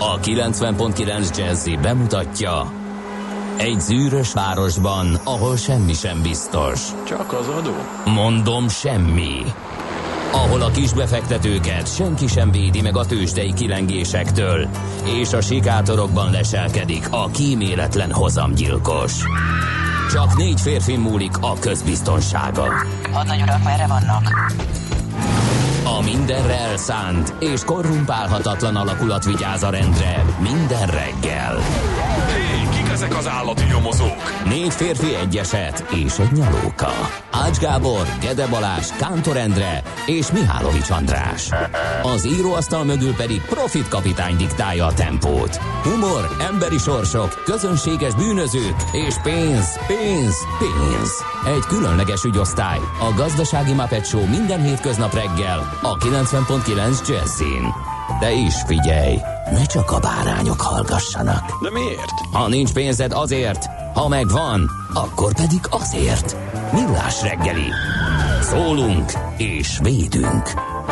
A 90.9 Jazzy bemutatja: egy zűrös városban, ahol semmi sem biztos. Csak az adó? Mondom, semmi. Ahol a kisbefektetőket senki sem védi meg a tőzsdei kilengésektől, és a sikátorokban leselkedik a kíméletlen hozamgyilkos. Csak 4 férfi múlik a közbiztonsága. Hadnagy urak, merre vannak? A mindenre elszánt és korrumpálhatatlan alakulat vigyáz a rendre minden reggel. Hé, kik ezek az állati nyomozók? 4 férfi, egy eset és egy nyalóka. Ács Gábor, Gede Balázs, Kántor Endre és Mihálovics András. Az íróasztal mögül pedig Profit kapitány diktálja a tempót. Humor, emberi sorsok, közönséges bűnözők és pénz, pénz, pénz. Egy különleges ügyosztály, a Gazdasági Muppet Show minden hétköznap reggel a 90.9 Jazzyn. De is figyelj, ne csak a bárányok hallgassanak. De miért? Ha nincs pénzed, azért, ha megvan, akkor pedig azért. Millás reggeli. Szólunk és védünk.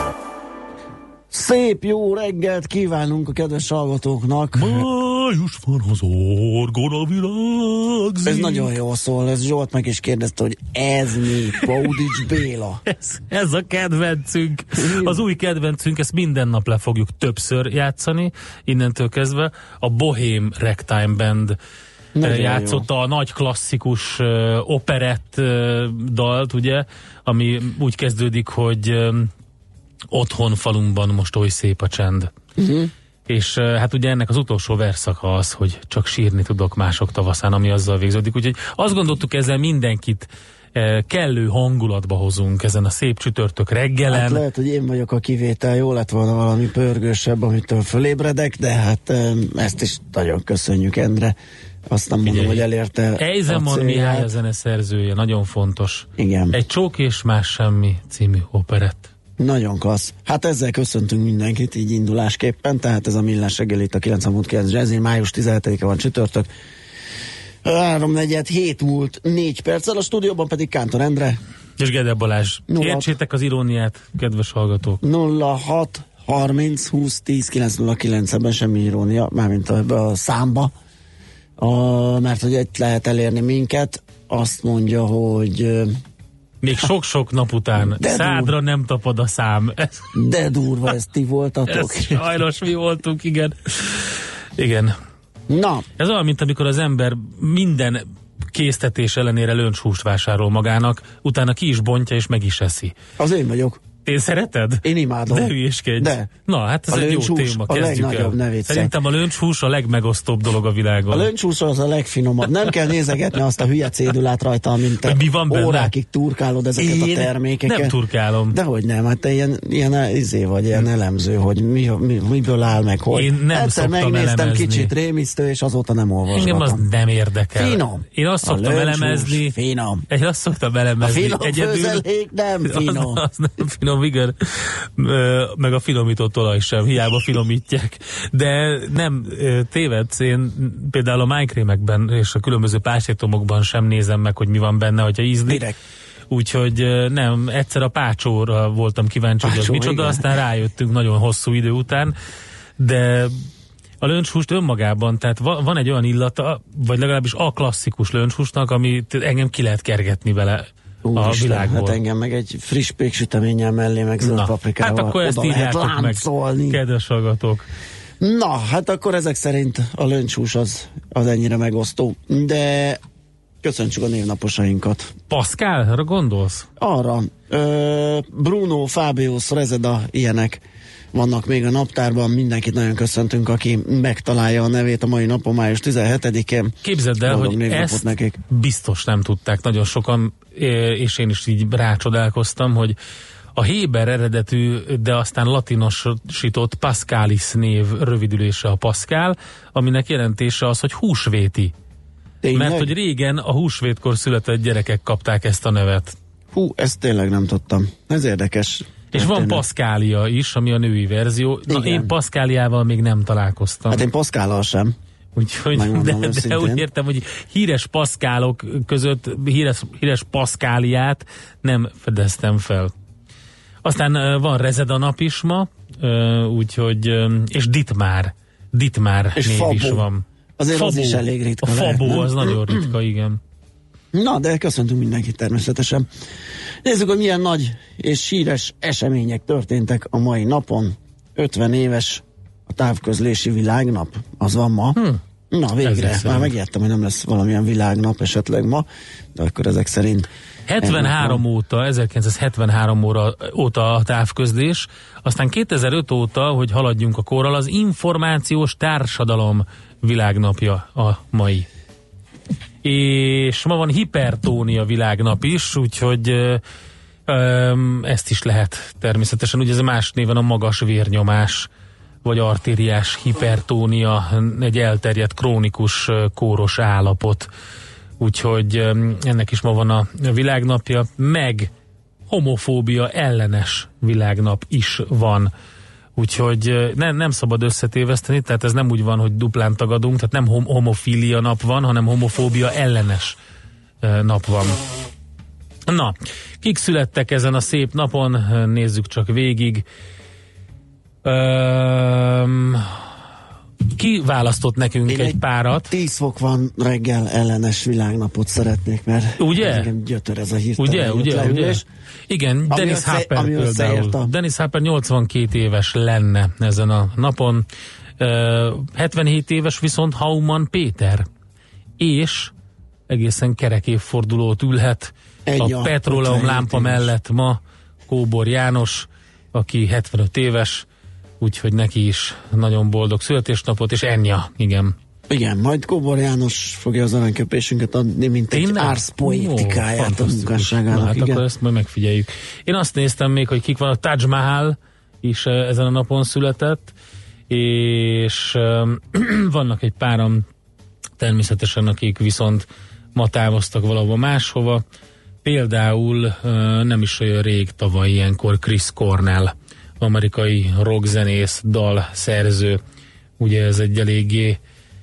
Szép jó reggelt kívánunk a kedves hallgatóknak. Május van az orgona virágzik. Ez nagyon jól szól, ez Zsolt meg is kérdezte, hogy ez mi? Baudics Béla. Ez a kedvencünk. Az új kedvencünk, ezt minden nap le fogjuk többször játszani, innentől kezdve. A Bohém Ragtime Band játszotta a nagy klasszikus operett dalt, ugye, ami úgy kezdődik, hogy otthon falunkban most oly szép a csend. És hát ugye ennek az utolsó verszaka az, hogy csak sírni tudok mások tavaszán, ami azzal végződik. Úgyhogy azt gondoltuk, ezzel mindenkit kellő hangulatba hozunk ezen a szép csütörtök reggelen. Hát lehet, hogy én vagyok a kivétel, jó lett volna valami pörgősebb, amitől fölébredek, de hát ezt is nagyon köszönjük, Endre. Azt nem mondom, hogy elérte Eizenman Mihály a zeneszerzője, nagyon fontos. Igen. Egy Csók és más semmi című operett. Nagyon klassz. Hát ezzel köszöntünk mindenkit, így indulásképpen, tehát ez a Millás reggel itt a 90.9 Jazzyn, május 17-e van csütörtök. 3:47 múlt 4 perccel, a stúdióban pedig Kántor Endre. És Gede Balázs. Értsétek az iróniát, kedves hallgatók. 06 30 20 10 909, ebben semmi irónia, mármint ebbe a számba, mert hogy itt lehet elérni minket. Azt mondja, hogy még sok-sok nap után szádra nem tapad a szám. De durva, ezt ti voltatok. Sajnos mi voltunk, igen. Igen. Na. Ez olyan, mint amikor az ember minden késztetés ellenére löncshúst vásárol magának, utána ki is bontja és meg is eszi. Az én vagyok. Én szereted? Én imádom. De hülyéskedj. De. Na, hát ez egy jó téma, kezdjük el. Szerintem a löncshús a legmegosztóbb dolog a világon. A löncshús az a legfinomabb. Nem kell nézegetni azt a hülye cédulát rajta, mint te órákig turkálod ezeket a termékeket. Nem turkálom. Dehogy nem, hát te ilyen vagy, ilyen elemző, hogy miből áll meg, hogy. Én nem szoktam megnéztem elemezni. Kicsit rémisztő, és azóta nem olvasgatom. Engem az nem érdekel. Finom. Én azt szoktam elemezni. Finom. Én azt szoktam elemezni. A finom főzelék nem finom. Az nem finom, igen. Meg a finomított olaj sem, hiába finomítják. De nem tévedsz, én például a májkrémekben és a különböző pástétomokban sem nézem meg, hogy mi van benne, hogyha ízlik. Direkt. Úgyhogy nem, egyszer a pácsóra voltam kíváncsi, hogy az micsoda, igen. Aztán rájöttünk nagyon hosszú idő után, de a löncshúst önmagában, tehát van egy olyan illata, vagy legalábbis a klasszikus löncshúsnak, amit engem ki lehet kergetni vele. A világból. Hát engem meg egy friss péksüteménnyel mellé, meg zöld paprikával. Hát akkor ezt írjátok meg, kedves hallgatók. Na, hát akkor ezek szerint a löncshús az ennyire megosztó. De köszöntsük a névnaposainkat. Pascalra gondolsz? Arra. Bruno, Fabius, Rezeda, ilyenek vannak még a naptárban. Mindenkit nagyon köszöntünk, aki megtalálja a nevét a mai napon, május 17-én. Képzeld el, hogy ezt nekik biztos nem tudták nagyon sokan, és én is így rácsodálkoztam, hogy a héber eredetű, de aztán latinosított Pascalis név rövidülése a Pascal, aminek jelentése az, hogy húsvéti. Tényleg? Mert hogy régen a húsvétkor született gyerekek kapták ezt a nevet. Hú, ezt tényleg nem tudtam. Ez érdekes. És van Pascalia is, ami a női verzió. Na, én Pascaliával még nem találkoztam. Hát én Pascallal sem. Úgyhogy, de úgy értem, hogy híres Pascalok között híres Pascaliát nem fedeztem fel. Aztán van Rezeda nap is ma, úgyhogy, és Dittmár Dittmár és név Fabó. is van. Azért Fabó. az is elég ritka. A Fabó lehet, az nagyon ritka, igen. Na, de köszöntünk mindenkit természetesen. Nézzük, hogy milyen nagy és síres események történtek a mai napon. 50 éves a távközlési világnap. Az van ma. Na, végre. Már megijedtem, hogy nem lesz valamilyen világnap esetleg ma, de akkor ezek szerint 1973 óta a távközlés, aztán 2005 óta, hogy haladjunk a korral, az információs társadalom világnapja a mai. És ma van hipertónia világnap is, úgyhogy ezt is lehet természetesen. Ugye ez más néven a magas vérnyomás, vagy artériás hipertónia, egy elterjedt krónikus kóros állapot. Úgyhogy ennek is ma van a világnapja, meg homofóbia ellenes világnap is van. Úgyhogy nem szabad összetéveszteni, tehát ez nem úgy van, hogy duplán tagadunk, tehát nem homofília nap van, hanem homofóbia ellenes nap van. Na, kik születtek ezen a szép napon? Nézzük csak végig. Ki választott nekünk egy párat? 10 fok van reggel ellenes világnapot szeretnék, mert ugye? engem gyötör ez a hirtelen. Ugye? Igen, Dennis Hopper például. Dennis Hopper 82 éves lenne ezen a napon. 77 éves viszont Hauman Péter. És egészen kerek évfordulót ülhet a petróleum lámpa mellett ma Kóbor János, aki 75 éves, úgyhogy neki is nagyon boldog születésnapot, és Enya, igen. Igen, majd Kóbor János fogja az aranyköpésünket adni, mint egy árszpoétikáját a munkásságának. Hát akkor ezt majd megfigyeljük. Én azt néztem még, hogy kik van, a Taj Mahal is ezen a napon született, és vannak egy páran természetesen, akik viszont ma távoztak valahova máshova. Például nem is olyan rég, tavaly ilyenkor Chris Cornell, amerikai rockzenész, dalszerző. Ugye ez egy eléggé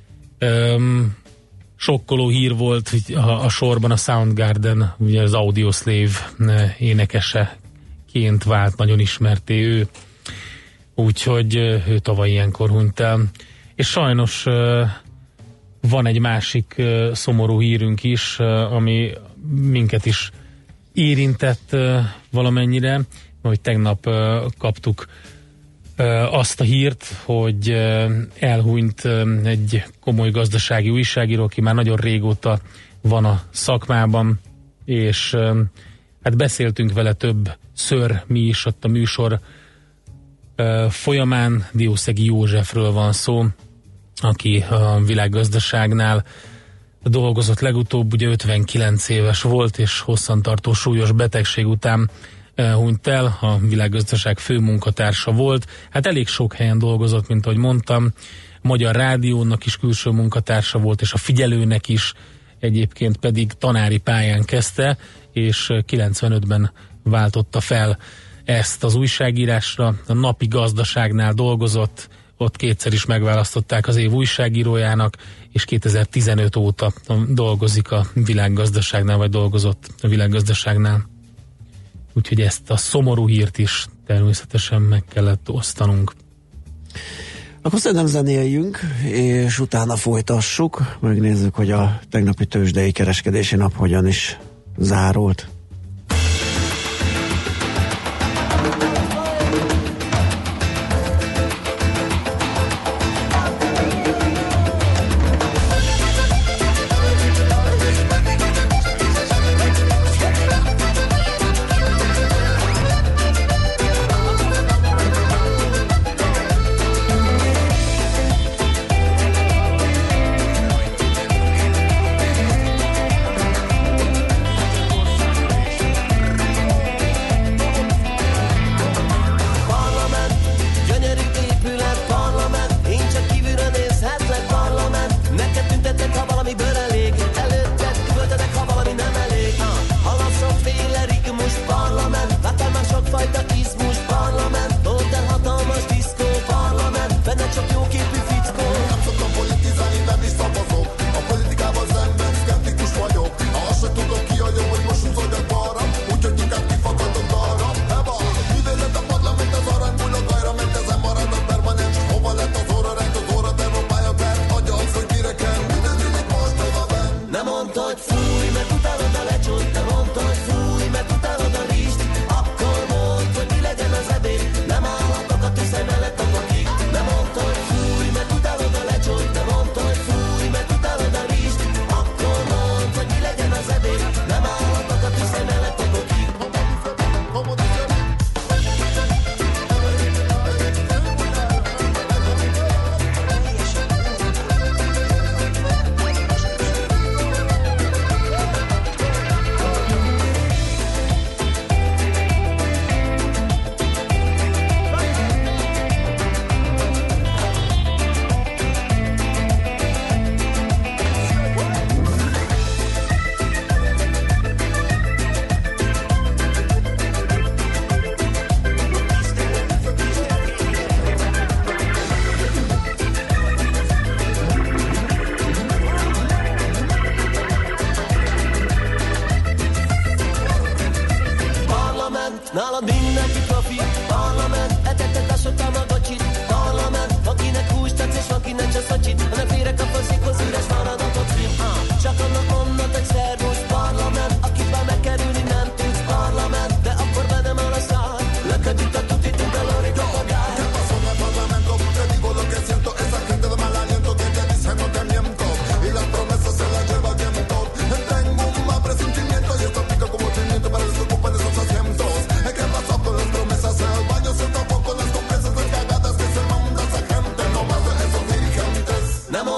sokkoló hír volt, hogy a sorban a Soundgarden, ugye az Audioslave énekeseként vált nagyon ismerté ő. Úgyhogy ő tavaly ilyenkor hunyt el. És sajnos van egy másik szomorú hírünk is, ami minket is érintett valamennyire, hogy tegnap kaptuk azt a hírt, hogy elhunyt egy komoly gazdasági újságíró, aki már nagyon régóta van a szakmában, és hát beszéltünk vele többször mi is ott a műsor folyamán. Diószegi Józsefről van szó, aki a Világgazdaságnál dolgozott legutóbb, ugye 59 éves volt, és hosszantartó súlyos betegség után hunyt el, a Világgazdaság főmunkatársa volt. Hát elég sok helyen dolgozott, mint ahogy mondtam. Magyar Rádiónak is külső munkatársa volt, és a Figyelőnek is, egyébként pedig tanári pályán kezdte, és 95-ben váltotta fel ezt az újságírásra. A Napi Gazdaságnál dolgozott, ott kétszer is megválasztották az év újságírójának, és 2015 óta dolgozik a Világgazdaságnál, vagy dolgozott a Világgazdaságnál. Úgyhogy ezt a szomorú hírt is természetesen meg kellett osztanunk. Akkor szerintem zenéljünk, és utána folytassuk. Megnézzük, hogy a tegnapi tőzsdei kereskedési nap hogyan is zárult.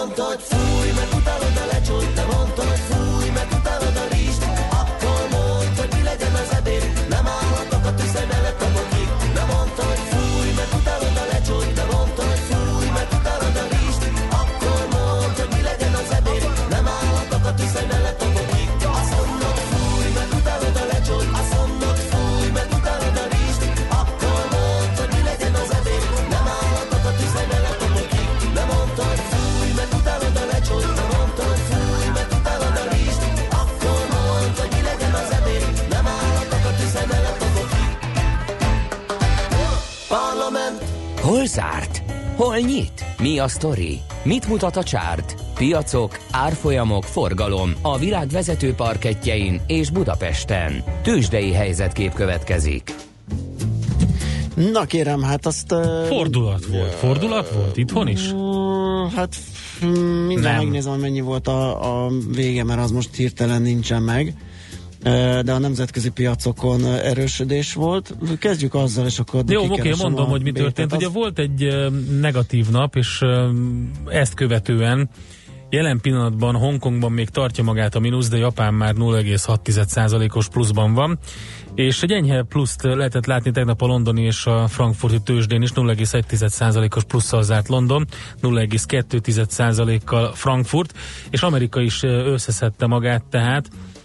mondta, hogy fúj, mert utálod a lecsót, te mondta, hogy fúj, mert utálod a rizst, akkor mondd, hogy mi legyen az ebéd, nem állhatok a tűzhely mellett a bokig. Nem mondta, hogy fúj, mert utálod a lecsót, te mondta, hogy fúj, mert utálod a rizst, akkor mondd, hogy mi legyen az ebéd, nem állhatok a tűzhely mellett a bokig. Azt mondod, fúj, mert utálod a lecsót, azt mondod, fúj, mert utálod a rizst, akkor mondd, hogy mi legyen az ebéd, nem állhatok a tűzhely mellett a bokig. Nem mondta, hogy fúj, mert utálod a lecsót, te mondta, hogy fúj, mert utálod a rizst, akkor mondd, hogy mi legyen az ebéd, nem állhatok a tűzhely mellett a bokig. Parlament. Hol zárt? Hol nyit? Mi a sztori? Mit mutat a csárt? Piacok, árfolyamok, forgalom a világ vezető parkettjein és Budapesten. Tőzsdei helyzetkép következik. Na kérem, hát azt... Fordulat volt itthon is? Hát mindjárt megnézem, hogy mennyi volt a vége, mert az most hirtelen nincsen meg. De a nemzetközi piacokon erősödés volt. Kezdjük azzal, és akkor... Jó, oké, mondom, hogy mi történt. Ugye volt egy negatív nap, és ezt követően jelen pillanatban Hongkongban még tartja magát a mínusz, de Japán már 0,6%-os pluszban van, és egy enyhe pluszt lehetett látni tegnap a londoni és a frankfurti tőzsdén is, 0,1%-os plusszal zárt London, 0,2%-kal Frankfurt, és Amerika is összeszedte magát, tehát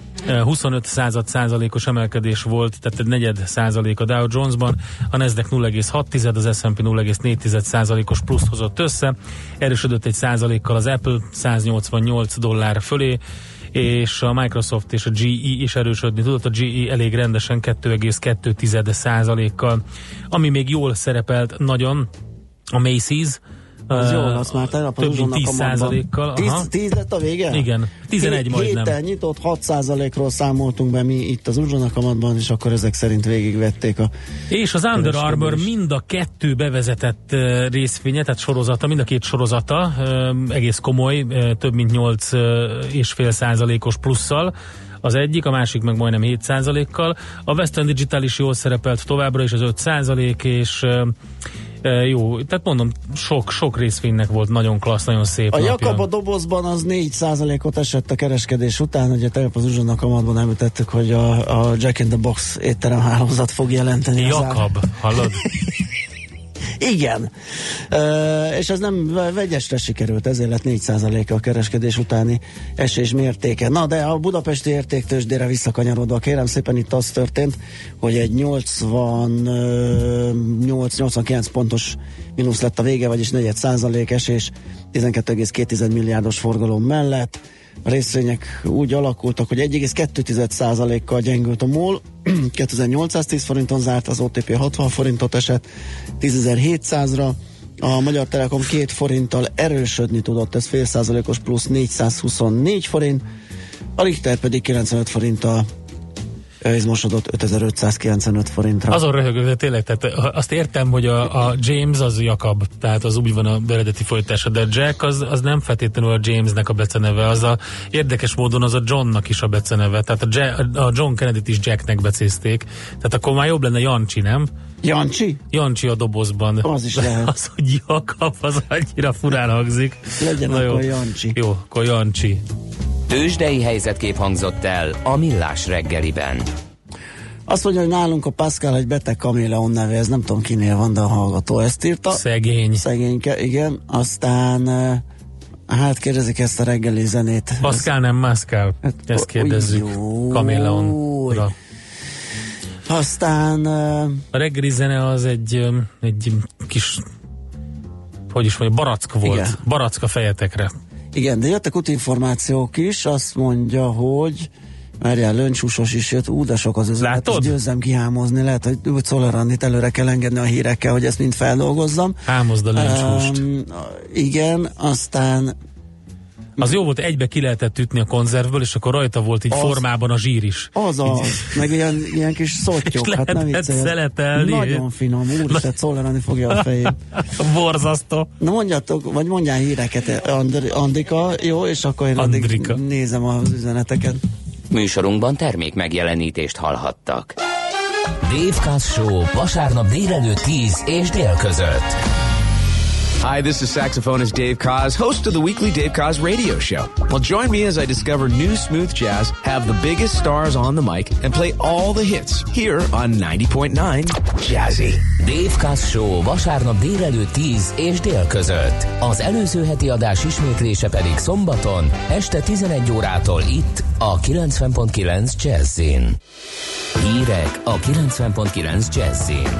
25%-os emelkedés volt, tehát egy negyed százalék a Dow Jonesban, a Nasdaq 0,6, az S&P 0,4%-os pluszt hozott össze, erősödött egy százalékkal az Apple $188 fölé, és a Microsoft és a GE is erősödni tudott, a GE elég rendesen 2,2%-kal. Ami még jól szerepelt nagyon, a Macy's, az jól, azt már tegnap több mint 10%-kal. 10 lett a vége? Igen, 11 majdnem. Héten nyitott, 6%-ról számoltunk be mi itt az Uzsonakamatban, és akkor ezek szerint végigvették a... És az Under Armour mind a kettő bevezetett részvénye, tehát sorozata, mind a két sorozata egész komoly, több mint 8,5%-os plusszal. Az egyik, a másik meg majdnem 7%-kal. A Western Digital is jól szerepelt továbbra is, az 5%, és jó, tehát mondom, sok részvénynek volt nagyon klassz, nagyon szép a napja. Jakab a dobozban az 4%-ot esett a kereskedés után, ugye tegnap az Uzsonnakamatban említettük, hogy a Jack in the Box étterem hálózat fog jelenteni. Jakab, hallod? Igen. És ez nem vegyesre sikerült, ezért lett 4% a kereskedés utáni esés mértéke. Na, de a budapesti értéktőzsdére visszakanyarodva, kérem szépen, itt az történt, hogy egy 88-89 pontos mínusz lett a vége, vagyis 4% esés 12,2 milliárdos forgalom mellett. A részvények úgy alakultak, hogy 1,2%-kal gyengült a MOL, 2810 forinton zárt, az OTP 60 forintot esett 10.700-ra, a Magyar Telekom 2 forinttal erősödni tudott, ez fél százalékos plusz 424 forint, a Richter pedig 95 forinttal izmosodott 5595 forintra. Azon röhögök, de tényleg, tehát azt értem, hogy a James az Jakab, tehát az úgy van a eredeti folytása, de Jack az nem feltétlenül a Jamesnek a beceneve, az érdekes módon az a Johnnak is a beceneve, tehát a John Kennedy-t is Jacknek becézték, tehát akkor már jobb lenne Jancsi, nem? Jancsi? Jancsi a dobozban. Az is lehet. Az, hogy Jakab, az annyira furán hangzik. Legyen na akkor jó. Jancsi. Jó, akkor Jancsi. Tőzsdei helyzetkép hangzott el a Millás reggeliben. Azt mondja, hogy nálunk a Pascal egy beteg kaméleon neve, ez nem tudom kinél van, de a hallgató ezt írta. Szegényke, igen. Aztán hát kérdezik ezt a reggeli zenét. Pascal nem Pascal. Ezt kérdezzük kaméleonra. Aztán a reggeli zene az egy kis, hogy is mondja, barack volt. Igen. Barack a fejetekre. Igen, de jöttek útinformációk is, azt mondja, hogy várjál, Löncsúsos is jött, de sok az üzenet, és győzzem kihámozni, lehet, hogy úgy Szoller előre kell engedni a hírekkel, hogy ezt mind feldolgozzam. Hámozd a Löncsúst. Igen, aztán az jó volt, egybe ki lehetett ütni a konzervből, és akkor rajta volt így formában a zsír is. Meg ilyen kis szottyok, hát nem szeletelni. Nagyon finom, úristen, Szollerani fogja a fejét. Borzasztó. Na mondjatok, vagy mondjál híreket, Andrika, jó, és akkor én addig nézem az üzeneteket. Műsorunkban termék megjelenítést hallhattak. Dave Kass Show vasárnap délelőtt 10 és dél között. Hi, this is saxophonist Dave Koz, host of the weekly Dave Koz radio show. Well, join me as I discover new smooth jazz, have the biggest stars on the mic, and play all the hits here on 90.9 Jazzy. Dave Koz Show vasárnap délelőtt 10 és dél között. Az előző heti adás ismétlése pedig szombaton este 11 órától itt a 90.9 Jazzin. Hírek a 90.9 Jazzin.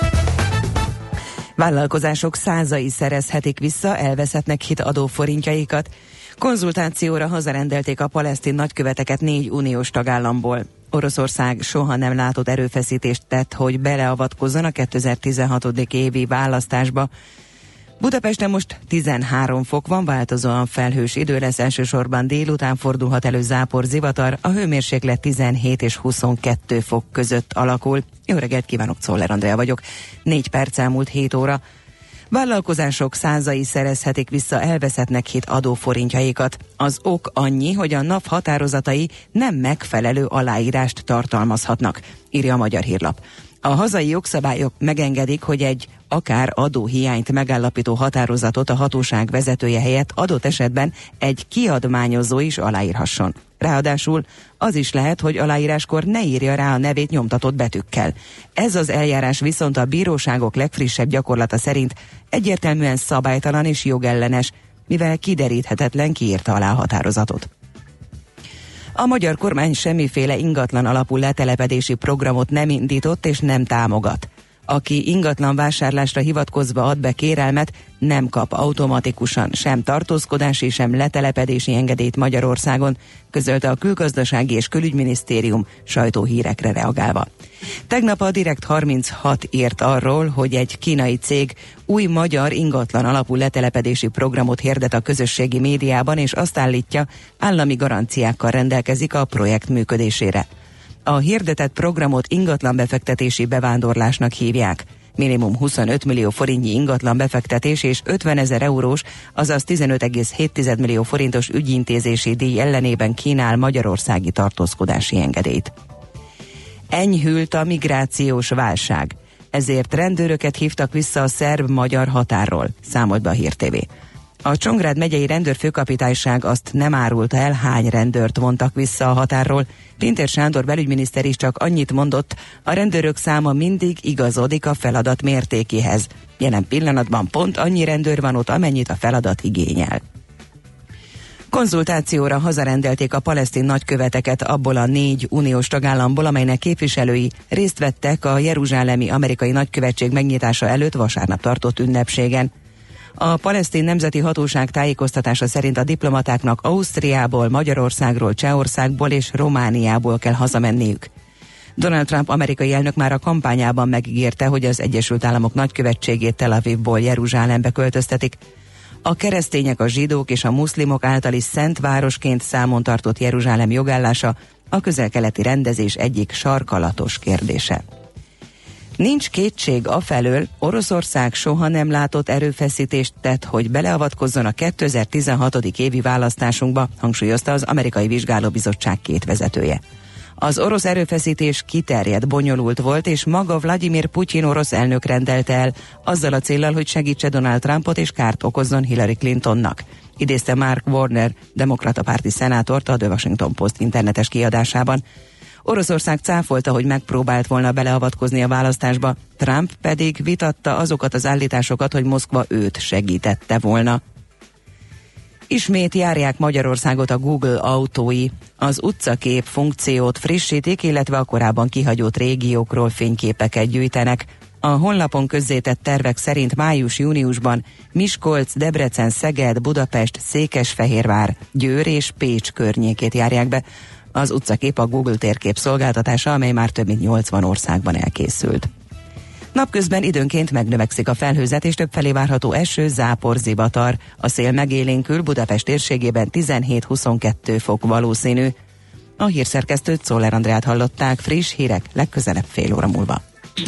Vállalkozások százai szerezhetik vissza elveszettnek hit adóforintjaikat. Konzultációra hazarendelték a palesztin nagyköveteket 4 uniós tagállamból. Oroszország soha nem látott erőfeszítést tett, hogy beleavatkozzon a 2016. évi választásba. Budapesten most 13 fok van, változóan felhős idő lesz, elsősorban délután fordulhat elő zápor, zivatar, a hőmérséklet 17 és 22 fok között alakul. Jó reggelt kívánok, Czoller Andrea vagyok. 4 perc elmúlt 7 óra. Vállalkozások százai szerezhetik vissza elveszettnek hit adóforintjaikat. Az ok annyi, hogy a NAV határozatai nem megfelelő aláírást tartalmazhatnak, írja a Magyar Hírlap. A hazai jogszabályok megengedik, hogy egy akár adóhiányt megállapító határozatot a hatóság vezetője helyett adott esetben egy kiadmányozó is aláírhasson. Ráadásul az is lehet, hogy aláíráskor ne írja rá a nevét nyomtatott betűkkel. Ez az eljárás viszont a bíróságok legfrissebb gyakorlata szerint egyértelműen szabálytalan és jogellenes, mivel kideríthetetlen, ki írta alá a határozatot. A magyar kormány semmiféle ingatlan alapú letelepedési programot nem indított és nem támogat. Aki ingatlan vásárlásra hivatkozva ad be kérelmet, nem kap automatikusan sem tartózkodási, sem letelepedési engedélyt Magyarországon, közölte a Külgazdasági és Külügyminisztérium sajtóhírekre reagálva. Tegnap a Direkt 36 írt arról, hogy egy kínai cég új magyar ingatlan alapú letelepedési programot hirdet a közösségi médiában, és azt állítja, állami garanciákkal rendelkezik a projekt működésére. A hirdetett programot ingatlan befektetési bevándorlásnak hívják. Minimum 25 millió forintnyi ingatlan befektetés és 50 000 eurós, azaz 15,7 millió forintos ügyintézési díj ellenében kínál magyarországi tartózkodási engedélyt. Enyhült a migrációs válság, ezért rendőröket hívtak vissza a szerb-magyar határról, számolt be a Hír TV. A Csongrád megyei rendőrfőkapitányság azt nem árulta el, hány rendőrt vontak vissza a határról. Pintér Sándor belügyminiszter is csak annyit mondott, a rendőrök száma mindig igazodik a feladat mértékéhez. Jelen pillanatban pont annyi rendőr van ott, amennyit a feladat igényel. Konzultációra hazarendelték a palesztin nagyköveteket abból a 4 uniós tagállamból, amelynek képviselői részt vettek a jeruzsálemi amerikai nagykövetség megnyitása előtt vasárnap tartott ünnepségen. A palesztin nemzeti hatóság tájékoztatása szerint a diplomatáknak Ausztriából, Magyarországról, Csehországból és Romániából kell hazamenniük. Donald Trump amerikai elnök már a kampányában megígérte, hogy az Egyesült Államok nagykövetségét Tel Avivból Jeruzsálembe költöztetik. A keresztények, a zsidók és a muszlimok általi szent városként számon tartott Jeruzsálem jogállása a közel-keleti rendezés egyik sarkalatos kérdése. Nincs kétség afelől, Oroszország soha nem látott erőfeszítést tett, hogy beleavatkozzon a 2016. évi választásunkba, hangsúlyozta az amerikai vizsgálóbizottság 2 vezetője. Az orosz erőfeszítés kiterjedt, bonyolult volt, és maga Vladimir Putyin orosz elnök rendelte el, azzal a céllal, hogy segítse Donald Trumpot és kárt okozzon Hillary Clintonnak. Idézte Mark Warner, demokrata párti szenátort a The Washington Post internetes kiadásában. Oroszország cáfolta, hogy megpróbált volna beleavatkozni a választásba, Trump pedig vitatta azokat az állításokat, hogy Moszkva őt segítette volna. Ismét járják Magyarországot a Google autói. Az utcakép funkciót frissítik, illetve a korábban kihagyott régiókról fényképeket gyűjtenek. A honlapon közzétett tervek szerint május-júniusban Miskolc, Debrecen, Szeged, Budapest, Székesfehérvár, Győr és Pécs környékét járják be. Az utcakép a Google térkép szolgáltatása, amely már több mint 80 országban elkészült. Napközben időnként megnövekszik a felhőzet, és többfelé várható eső, zápor, zivatar. A szél megélénkül, Budapest térségében 17-22 fok valószínű. A hírszerkesztőt, Czoller Andreát hallották, friss hírek legközelebb fél óra múlva.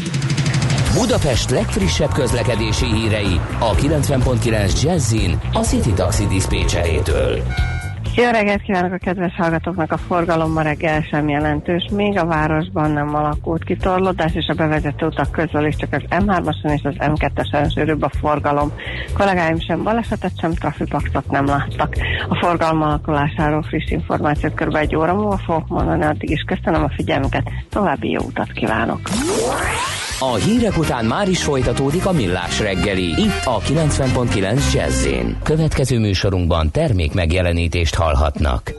Budapest legfrissebb közlekedési hírei a 90.9 Jazzin a City Taxi diszpécserétől. Jó reggelt kívánok a kedves hallgatóknak! A forgalom ma reggel sem jelentős, még a városban nem alakult ki torlódás, és a bevezető utak közül is csak az M3-ason és az M2-esen sűrűbb a forgalom. Kollégáim sem balesetet, sem trafipaxot nem láttak. A forgalom alakulásáról friss információt kb. 1 óra múlva fogok mondani, addig is köszönöm a figyelmüket, további jó utat kívánok! A hírek után már is folytatódik a Millás reggeli, itt a 90.9 Jazz-én. Következő műsorunkban termék megjelenítést hallhatnak.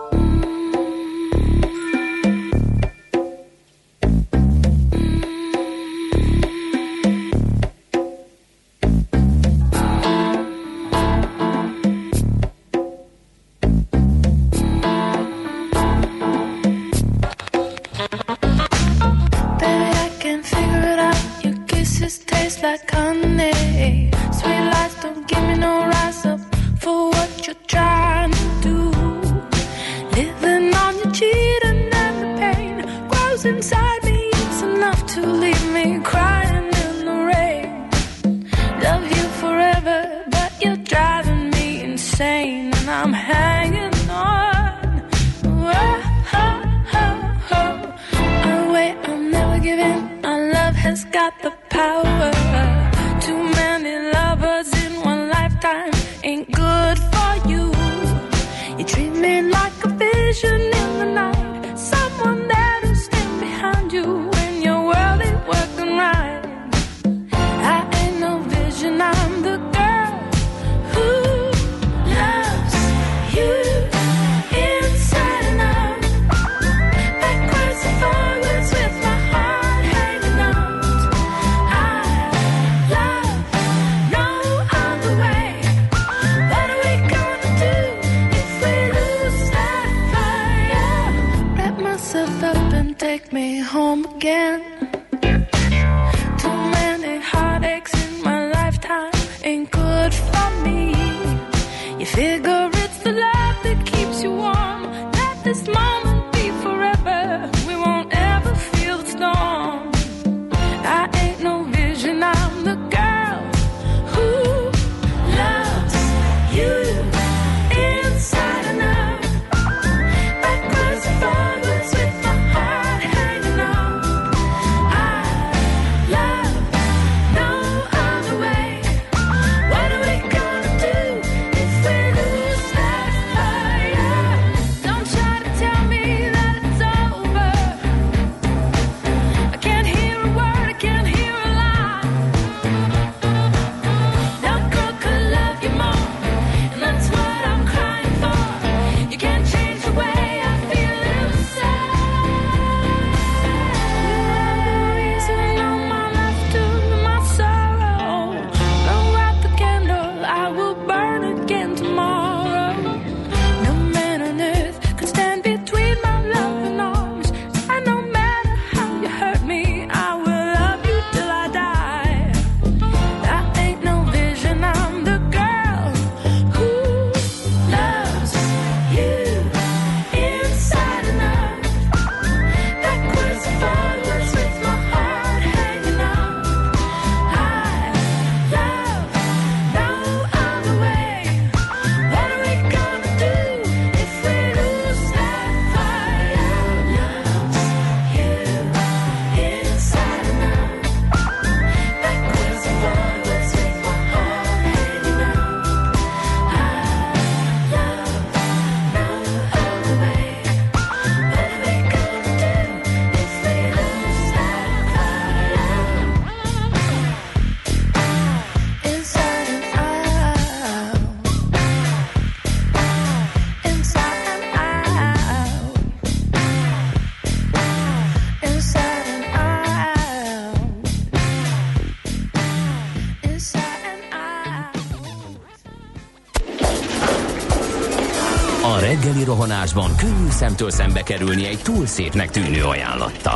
Reggeli rohanásban könnyű szemtől szembe kerülni egy túl szépnek tűnő ajánlattal.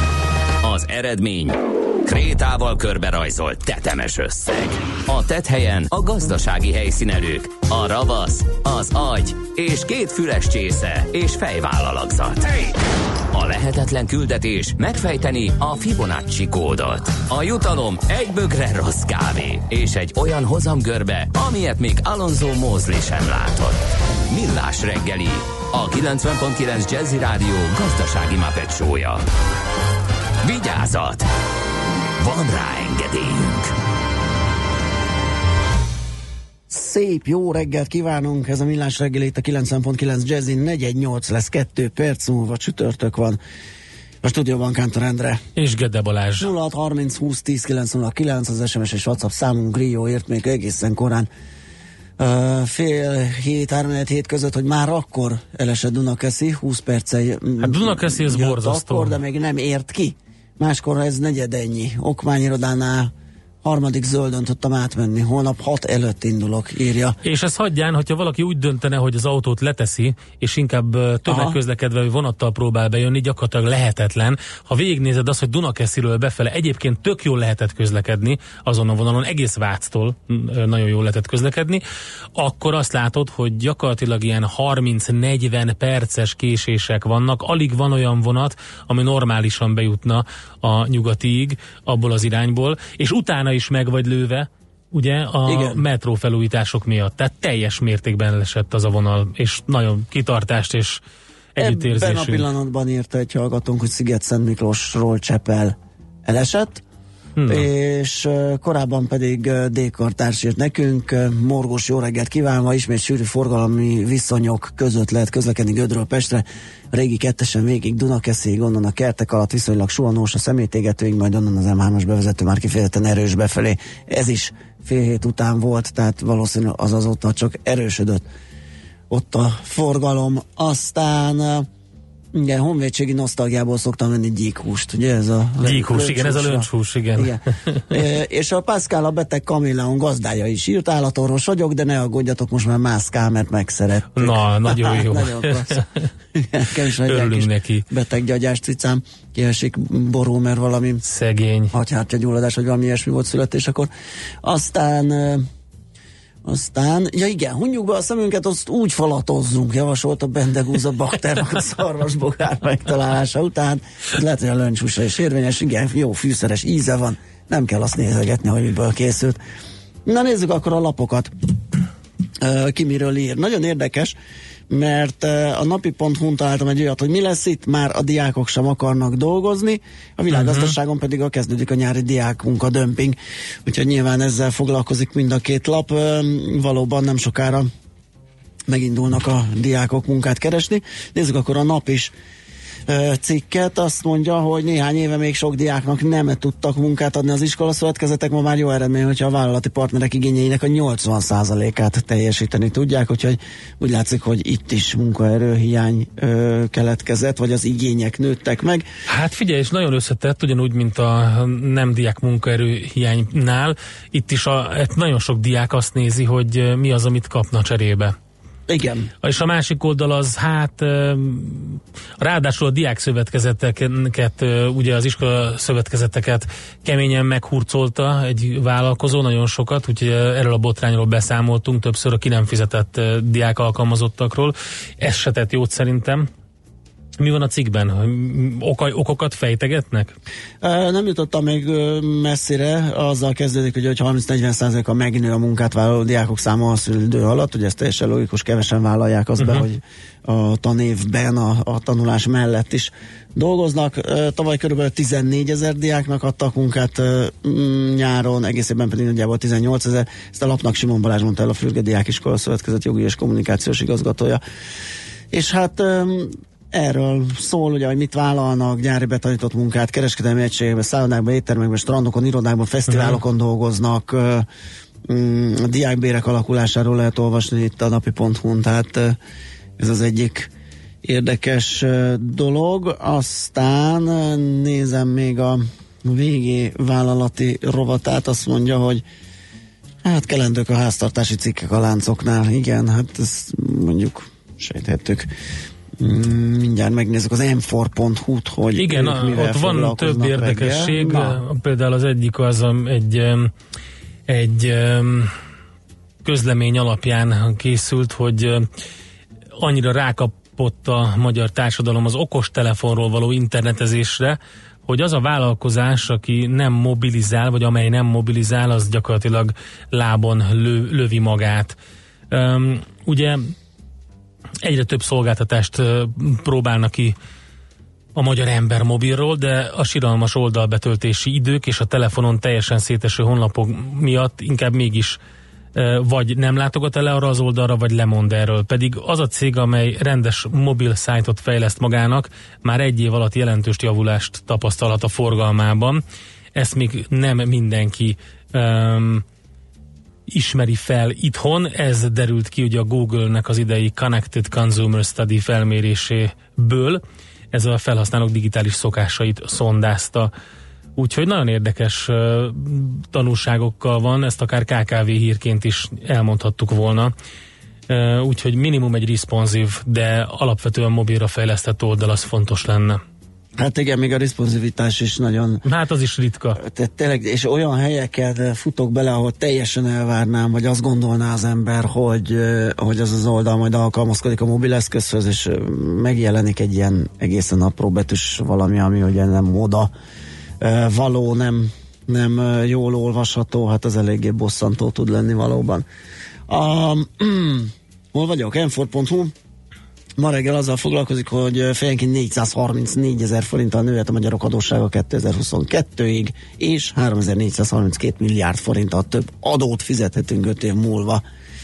Az eredmény krétával körberajzolt tetemes összeg. A tetthelyen a gazdasági helyszínelők, a ravasz, az agy és 2 füles csésze és fejvállalakzat. A lehetetlen küldetés megfejteni a Fibonacci kódot. A jutalom egy bögre rossz kávé és egy olyan hozamgörbe, amilyet még Alonso Mosley sem látott. Millás reggeli, a 90.9 Jazzy Rádió gazdasági Muppet show-ja. Vigyázat! Van rá engedélyünk! Szép jó reggelt kívánunk, ez a Millás reggeli itt a 90.9 Jazzy, 418 lesz, 2 perc múlva csütörtök van. A stúdióban Kántor Endre. És Gede Balázs. 0630 20 10 909 az SMS és WhatsApp számunk, Rio ért még egészen korán. Fél hét, 3-7 között, hogy már akkor elesett Dunakeszi, 20 perccel. Hát Dunakeszi ez borzasztó. Akkor, de még nem ért ki. Máskor ez negyedennyi. Okmányirodánál harmadik zöldön tudtam átmenni. Holnap 6 előtt indulok, írja. És ezt hagyján, hogyha valaki úgy döntene, hogy az autót leteszi, és inkább tömegközlekedve, vagy vonattal próbál bejönni, gyakorlatilag lehetetlen. Ha végignézed azt, hogy Dunakesziről befele egyébként tök jól lehetett közlekedni, azon a vonalon, egész Váctól nagyon jól lehetett közlekedni, akkor azt látod, hogy gyakorlatilag ilyen 30-40 perces késések vannak. Alig van olyan vonat, ami normálisan bejutna a nyugatiig, abból az irányból, és utána is meg vagy lőve, ugye, a metrófelújítások miatt. Tehát teljes mértékben lesett az a vonal, és nagyon kitartást és együttérzésünk. Ebben a pillanatban írta egy hallgatónk, hogy Sziget-Szent Miklósról Csepel elesett, és korábban pedig D-kartárs írt nekünk, morgós jó reggelt kívánva, ismét sűrű forgalmi viszonyok között lehet közlekedni Gödről Pestre, a régi kettesen végig Dunakesziig, onnan a kertek alatt viszonylag suhanós a szemétégetőig, majd onnan az M3-as bevezető már kifejezetten erős befelé. Ez is fél hét után volt, tehát valószínűleg az azóta csak erősödött ott a forgalom. Aztán igen, honvédségi nosztalgiából szoktam venni gyíkhúst, ugye ez a gyíkhús, igen, ez a löncshús, igen. És a Pascal, a beteg Kamilleon gazdája is írt, állatorvos vagyok, de ne aggódjatok, most már mászkál, mert megszerettük. Na, nagyon jó. Nagyon klassz. Örülünk neki. Beteg gyagyás cicám, kiesik borul, mert valami szegény agyhártya gyulladás, vagy valami ilyesmi volt születésekor. Aztán, ja igen, hunjuk be a szemünket, azt úgy falatozzunk, javasolt a Bendegúz a bakternak a szarvasbogár megtalálása után. Lehet, hogy a löncshúsra is érvényes, igen, jó fűszeres íze van, nem kell azt nézegetni, hogy miből készült. Na nézzük akkor a lapokat. Ki miről ír. Nagyon érdekes, mert a napi.hu-n találtam egy olyat, hogy mi lesz itt, már a diákok sem akarnak dolgozni, a világgazdaságon pedig kezdődik a nyári diákmunka dömping, úgyhogy nyilván ezzel foglalkozik mind a két lap, valóban nem sokára megindulnak a diákok munkát keresni. Nézzük akkor a Nap is cikket, azt mondja, hogy néhány éve még sok diáknak nem tudtak munkát adni az iskolaszövetkezetek, ma már jó eredmény, hogyha a vállalati partnerek igényeinek a 80%-át teljesíteni tudják, úgyhogy úgy látszik, hogy itt is munkaerőhiány keletkezett, vagy az igények nőttek meg. Hát figyelj, és nagyon összetett, ugyanúgy, mint a nem diák munkaerőhiánynál, itt is nagyon sok diák azt nézi, hogy mi az, amit kapna cserébe. Igen. És a másik oldal az, hát ráadásul a diákszövetkezeteket, ugye az iskola szövetkezeteket keményen meghurcolta egy vállalkozó, nagyon sokat, úgyhogy erről a botrányról beszámoltunk többször a ki nem fizetett diák alkalmazottakról. Ez se tett jót szerintem. Mi van a cikkben? Okokat fejtegetnek? Nem jutottam még messzire, azzal kezdődik, hogy 30-40%-a megnő a munkát vállaló diákok száma a szülidő alatt, ugye ez teljesen logikus, kevesen vállalják azt be, hogy a tanévben, a tanulás mellett is dolgoznak. Tavaly körülbelül 14 000 diáknak adtak munkát nyáron, egész évben pedig nagyjából 18 000. Ezt a lapnak Simon Balázs mondta el, a Fürge Diákiskola Szövetkezet jogi és kommunikációs igazgatója. És hát erről szól, ugye, hogy mit vállalnak, gyári betanított munkát, kereskedelmi egységekben, szállodákban, éttermekben, strandokon, irodákban, fesztiválokon dolgoznak, a diákbérek alakulásáról lehet olvasni itt a napi.hu-n, tehát ez az egyik érdekes dolog. Aztán nézem még a VG vállalati rovatát, azt mondja, hogy hát kelendők a háztartási cikkek a láncoknál. Igen, hát ezt mondjuk sejthettük. Mindjárt megnézzük az m4.hu-t, hogy igen, ott van több érdekesség. Például az egyik az egy közlemény alapján készült, hogy annyira rácsapott a magyar társadalom az okostelefonról való internetezésre, hogy az a vállalkozás, aki nem mobilizál, vagy amely nem mobilizál, az gyakorlatilag lábon lövi magát. Ugye egyre több szolgáltatást próbálnak ki a magyar ember mobilról, de a siralmas oldalbetöltési idők és a telefonon teljesen széteső honlapok miatt inkább mégis vagy nem látogat el arra az oldalra, vagy lemond erről. Pedig az a cég, amely rendes mobil szájtot fejleszt magának, már egy év alatt jelentős javulást tapasztalhat a forgalmában. Ezt még nem mindenki ismeri fel itthon. Ez derült ki ugye a Google-nek az idei Connected Consumer Study felméréséből. Ez a felhasználók digitális szokásait szondázta. Úgyhogy nagyon érdekes tanulságokkal van, ezt akár KKV hírként is elmondhattuk volna. Úgyhogy minimum egy responsív, de alapvetően mobilra fejlesztett oldal az fontos lenne. Hát igen, még a responsivitás is nagyon... Hát az is ritka. Tényleg, és olyan helyeket futok bele, ahol teljesen elvárnám, vagy azt gondolná az ember, hogy az az oldal majd alkalmazkodik a mobileszközhöz, és megjelenik egy ilyen egészen apró betűs valami, ami ugye nem oda való, nem jól olvasható, hát az eléggé bosszantó tud lenni valóban. Hol vagyok? m4.hu. Ma reggel azzal foglalkozik, hogy fejenként 434 000 forinttal nőhet a magyarok adóssága 2022-ig, és 3432 milliárd forinttal több adót fizethetünk 5 év múlva.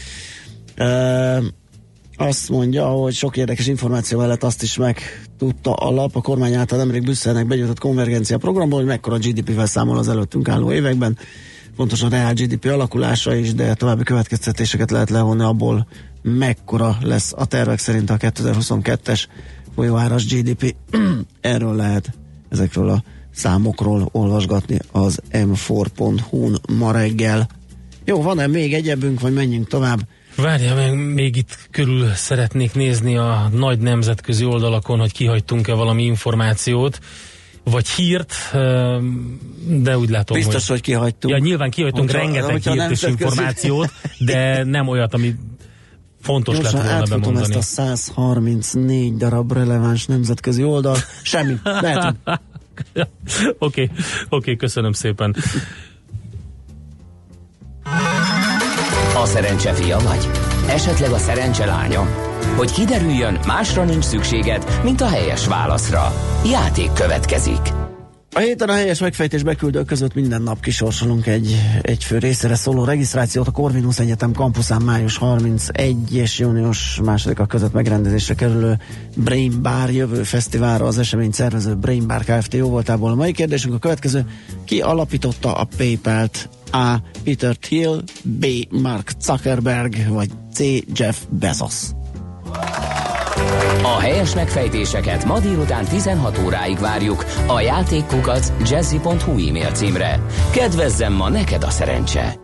Azt mondja, hogy sok érdekes információ mellett azt is megtudta a lap, a kormány által nemrég Brüsszelnek begyújtott konvergencia programból, hogy mekkora GDP-vel számol az előttünk álló években. Fontos a reál GDP alakulása is, de további következtetéseket lehet levonni abból, mekkora lesz a tervek szerint a 2022-es folyóáras GDP. Erről lehet, ezekről a számokról olvasgatni az m4.hu-n ma reggel. Jó, van-e még egyebünk, vagy menjünk tovább? Várjál, még itt körül szeretnék nézni a nagy nemzetközi oldalakon, hogy kihagytunk-e valami információt, vagy hírt, de úgy látom, biztos, hogy kihagytunk. Ja, nyilván kihagytunk rengeteg hírt és információt, de nem olyat, ami fontos lett volna bemondani. Ezt a 134 darab releváns nemzetközi oldal. Semmi. Mehetünk. Oké, köszönöm szépen. A szerencse fia vagy? Esetleg a szerencse lánya? Hogy kiderüljön, másra nincs szükséged, mint a helyes válaszra. Játék következik. A héten a helyes megfejtés beküldők között minden nap kisorsolunk egy fő részére szóló regisztrációt a Corvinus Egyetem kampuszán május 31 és június 2-a között megrendezésre kerülő Brain Bar jövő fesztiválra. Az esemény szervező Brain Bar Kft. Jóvoltából. A mai kérdésünk a következő: ki alapította a PayPal-t? A. Peter Thiel, B. Mark Zuckerberg, vagy C. Jeff Bezos? A helyes megfejtéseket ma délután 16 óráig várjuk a játékkukac jazzy.hu e-mail címre. Kedvezzem ma neked a szerencse!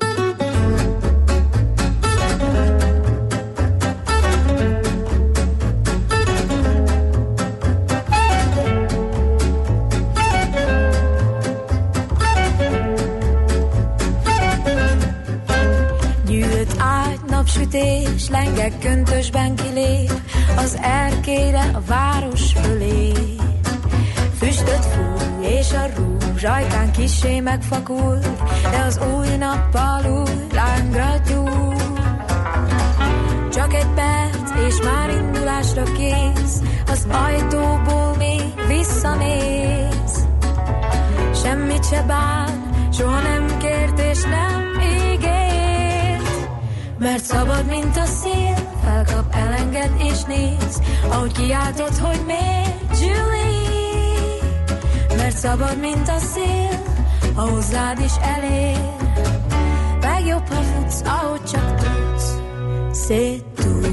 Napsütés, lengek köntösben kilép az erkére a város fölé. Füstöt fúj és a rúzs ajkán kissé megfakul, de az új nappal új lángra gyúl. Csak egy perc és már indulásra kész, az ajtóból még visszanéz. Semmit se bán, soha nem kért és nem ígért. Mert szabad, mint a szél, felkap, elenged és néz, ahogy kiáltod, hogy miért, Julie. Mert szabad, mint a szél, ha hozzád is elér. Meg jobb, ha futsz, ahogy csak tudsz, széttúl.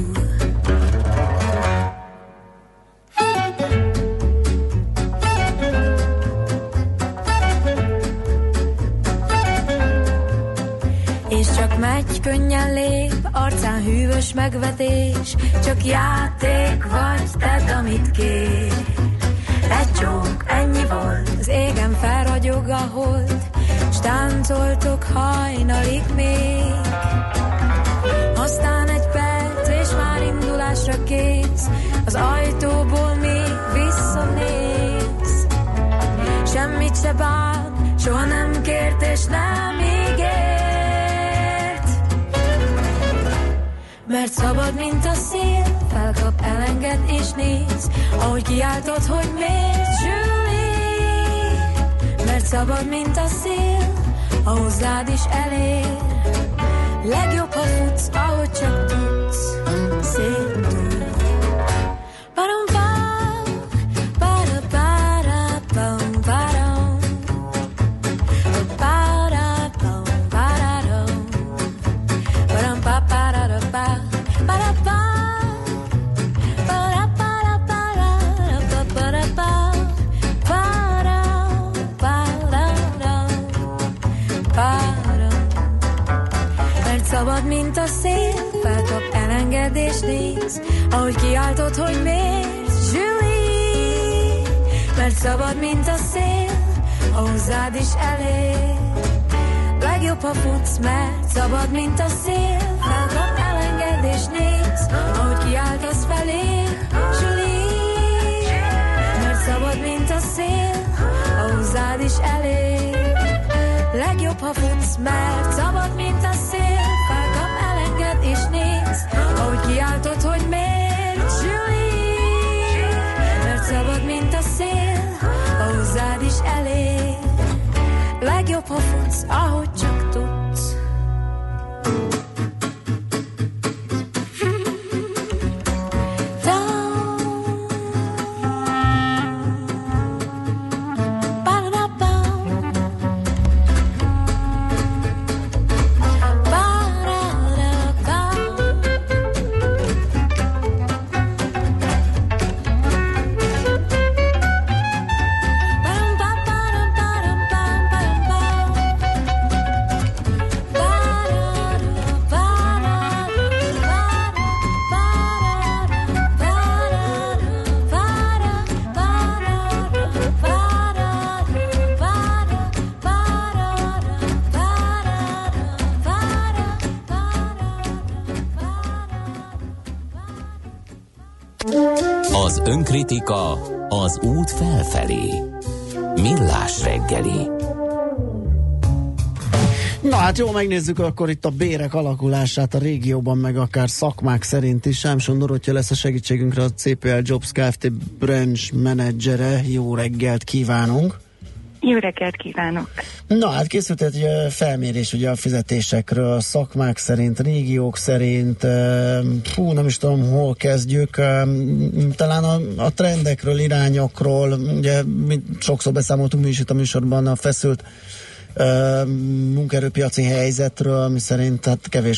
Megy, könnyen lép, arcán hűvös megvetés, csak játék vagy, tedd, amit kér. Egy csók, ennyi volt, az égen felragyog a hold, s táncoltok hajnalig még. Aztán egy perc, és már indulásra kész, az az ajtóból még visszanéz. Semmit se bán, soha nem kért és nem ígért. Mert szabad, mint a szél, felkap, elenged és néz, ahogy kiáltod, hogy miért, Julie. Mert szabad, mint a szél, ha hozzád is elér. Legjobb, ha futsz, ahogy csak tudsz, szétül. Szabad, mint a szél, felkap, elenged és néz, ahogy kiáltod, hogy miért, Julie. Mert szabad, mint a szél, ha hozzád is elér. Legjobb, ha futsz, mert szabad, mint a szél, felkap, elenged és néz, ahogy kiáltasz felé, Julie. Mert szabad, mint a szél, ha hozzád is elér. Legjobb, ha futsz, mert szabad, mint a szél, felkap, elenged és néz, ahogy kiáltod, hogy miért, Julie. Mert szabad, mint a szél, ha hozzád is elér. Legjobb, ha futsz, ahogy csak tudsz. Az önkritika az út felfelé. Millás reggeli. Na hát jó, megnézzük akkor itt a bérek alakulását a régióban, meg akár szakmák szerint is. Sámson Dorottya lesz a segítségünkre, a CPL Jobs Kft. Branch menedzsere. Jó reggelt kívánunk! Jó reggelt kívánok! Na hát készült egy felmérés ugye a fizetésekről, szakmák szerint, régiók szerint, nem is tudom, hol kezdjük, talán a trendekről, irányokról, ugye sokszor beszámoltunk mi is itt a műsorban a feszült munkaerőpiaci helyzetről, ami szerint hát kevés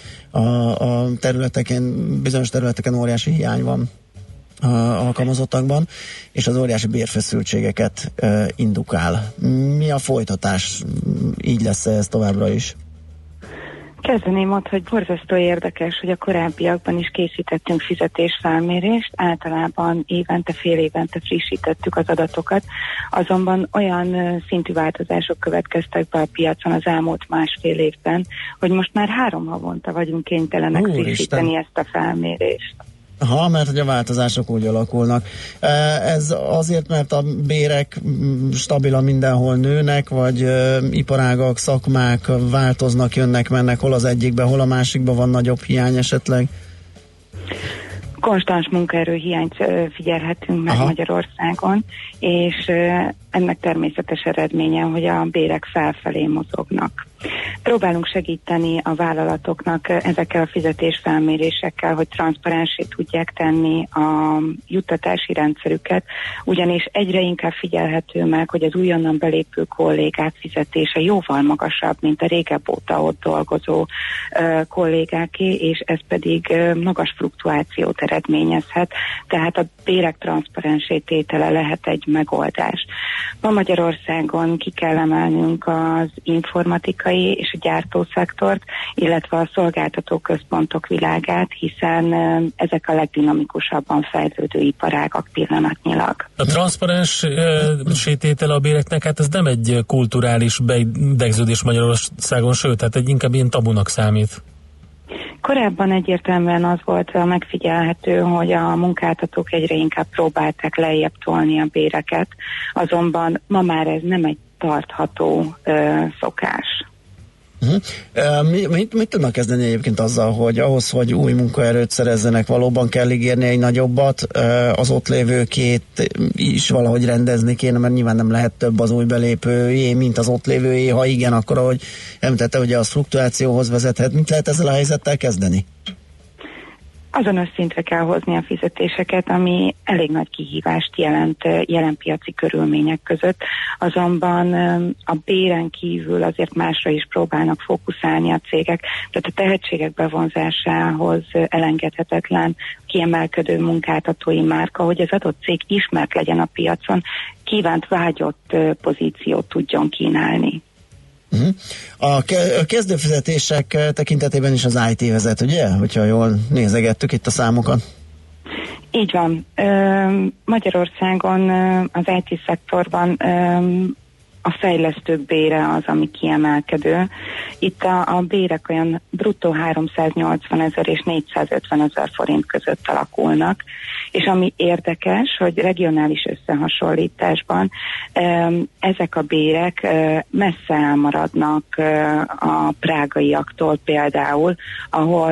a területeken, bizonyos területeken óriási hiány van alkalmazottakban, és az óriási bérfeszültségeket indukál. Mi a folytatás? Így lesz ez továbbra is? Kezdeném ott, hogy borzasztó érdekes, hogy a korábbiakban is készítettünk fizetésfelmérést, általában évente, fél évente frissítettük az adatokat, azonban olyan szintű változások következtek be a piacon az elmúlt másfél évben, hogy most már 3 havonta vagyunk kénytelenek frissíteni ezt a felmérést. Aha, mert hogy a változások úgy alakulnak. Ez azért, mert a bérek stabilan mindenhol nőnek, vagy iparágak, szakmák változnak, jönnek, mennek, hol az egyikben, hol a másikban van nagyobb hiány esetleg? Konstans munkaerőhiányt figyelhetünk meg Magyarországon, és ennek természetes eredménye, hogy a bérek felfelé mozognak. Próbálunk segíteni a vállalatoknak ezekkel a fizetésfelmérésekkel, hogy transzparensé tudják tenni a juttatási rendszerüket, ugyanis egyre inkább figyelhető meg, hogy az újonnan belépő kollégák fizetése jóval magasabb, mint a régebb óta ott dolgozó kollégáké, és ez pedig magas fluktuációt eredményezhet, tehát a bérek transzparensé tétele lehet egy megoldás. Ma Magyarországon ki kell emelnünk az informatikai és a gyártószektort, illetve a szolgáltató központok világát, hiszen ezek a legdinamikusabban fejlődő iparágak pillanatnyilag. A transzparens sététele a béreknek, hát ez nem egy kulturális beidegződés Magyarországon, sőt, hát egy inkább ilyen tabunak számít. Korábban egyértelműen az volt megfigyelhető, hogy a munkáltatók egyre inkább próbálták lejjebb tolni a béreket, azonban ma már ez nem egy tartható szokás. Mit tudnak kezdeni egyébként azzal, hogy ahhoz, hogy új munkaerőt szerezzenek, valóban kell ígérni egy nagyobbat, az ott lévőkét is valahogy rendezni kéne, mert nyilván nem lehet több az új belépőjé, mint az ott lévőjé, ha igen, akkor ahogy említette, hogy az fluktuációhoz vezethet. Mit lehet ezzel a helyzettel kezdeni? Azonos szintre kell hozni a fizetéseket, ami elég nagy kihívást jelent jelen piaci körülmények között, azonban a béren kívül azért másra is próbálnak fókuszálni a cégek, tehát a tehetségek bevonzásához elengedhetetlen kiemelkedő munkáltatói márka, hogy az adott cég ismert legyen a piacon, kívánt vágyott pozíciót tudjon kínálni. A kezdőfizetések tekintetében is az IT vezet, ugye? Hogyha jól nézegettük itt a számokat. Így van. Magyarországon az IT szektorban a fejlesztők bére az, ami kiemelkedő. Itt a bérek olyan bruttó 380 000 és 450 000 forint között alakulnak, és ami érdekes, hogy regionális összehasonlításban ezek a bérek messze elmaradnak a prágaiaktól például, ahol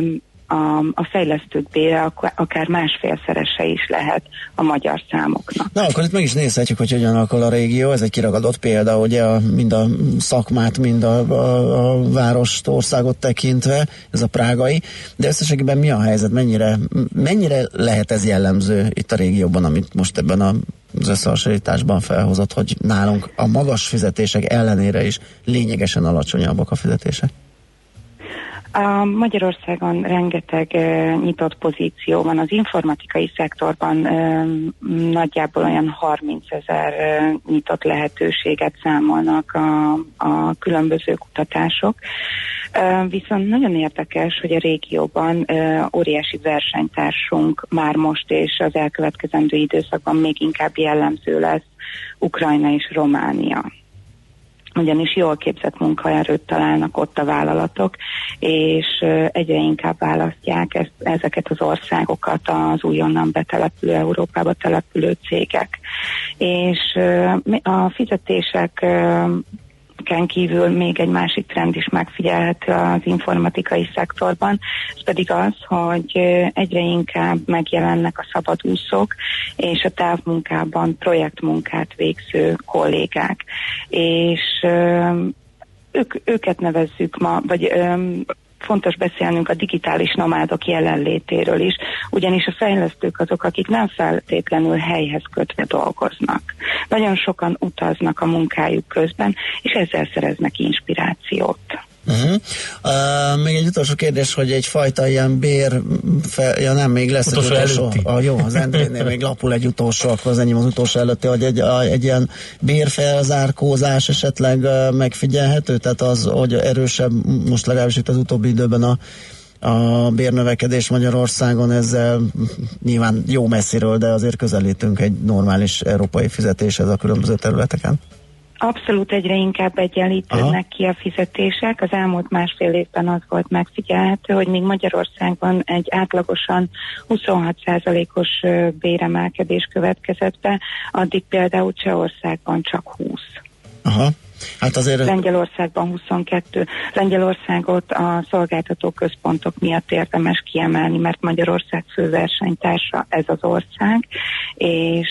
a fejlesztők bére akár másfélszerese is lehet a magyar számoknak. Na, akkor itt meg is nézhetjük, hogy hogyan alakul a régió. Ez egy kiragadott példa, ugye mind a szakmát, mind a várost, országot tekintve, ez a prágai. De összességében mi a helyzet? Mennyire lehet ez jellemző itt a régióban, amit most ebben az összehasonlításban felhozott, hogy nálunk a magas fizetések ellenére is lényegesen alacsonyabbak a fizetések? Magyarországon rengeteg nyitott pozíció van. Az informatikai szektorban nagyjából olyan 30 000 nyitott lehetőséget számolnak a különböző kutatások. Viszont nagyon érdekes, hogy a régióban óriási versenytársunk már most és az elkövetkezendő időszakban még inkább jellemző lesz Ukrajna és Románia. Ugyanis jól képzett munkaerőt találnak ott a vállalatok, és egyre inkább választják ezeket az országokat az újonnan betelepülő, Európába települő cégek. És a fizetéseken kívül még egy másik trend is megfigyelhető az informatikai szektorban, ez pedig az, hogy egyre inkább megjelennek a szabadúszók és a távmunkában projektmunkát végző kollégák. És őket nevezzük ma, vagy fontos beszélnünk a digitális nomádok jelenlétéről is, ugyanis a fejlesztők azok, akik nem feltétlenül helyhez kötve dolgoznak. Nagyon sokan utaznak a munkájuk közben, és ezzel szereznek inspirációt. Még egy utolsó kérdés, hogy egyfajta ilyen még lesz utolsó egy utolsó. Jó, az Endrénél még lapul egy utolsó, akkor az enyém az utolsó előtti, hogy egy ilyen bérfelzárkózás esetleg megfigyelhető, tehát az, hogy erősebb, most legalábbis itt az utóbbi időben a bérnövekedés Magyarországon, ezzel nyilván jó messziről, de azért közelítünk egy normális európai fizetéshez a különböző területeken. Abszolút egyre inkább egyenlítődnek ki a fizetések. Az elmúlt másfél évben az volt megfigyelhető, hogy még Magyarországon egy átlagosan 26%-os béremelkedés következett be, addig például Csehországban csak 20. Aha. Hát azért... Lengyelországban 22. Lengyelországot a szolgáltató központok miatt érdemes kiemelni, mert Magyarország fő versenytársa ez az ország, és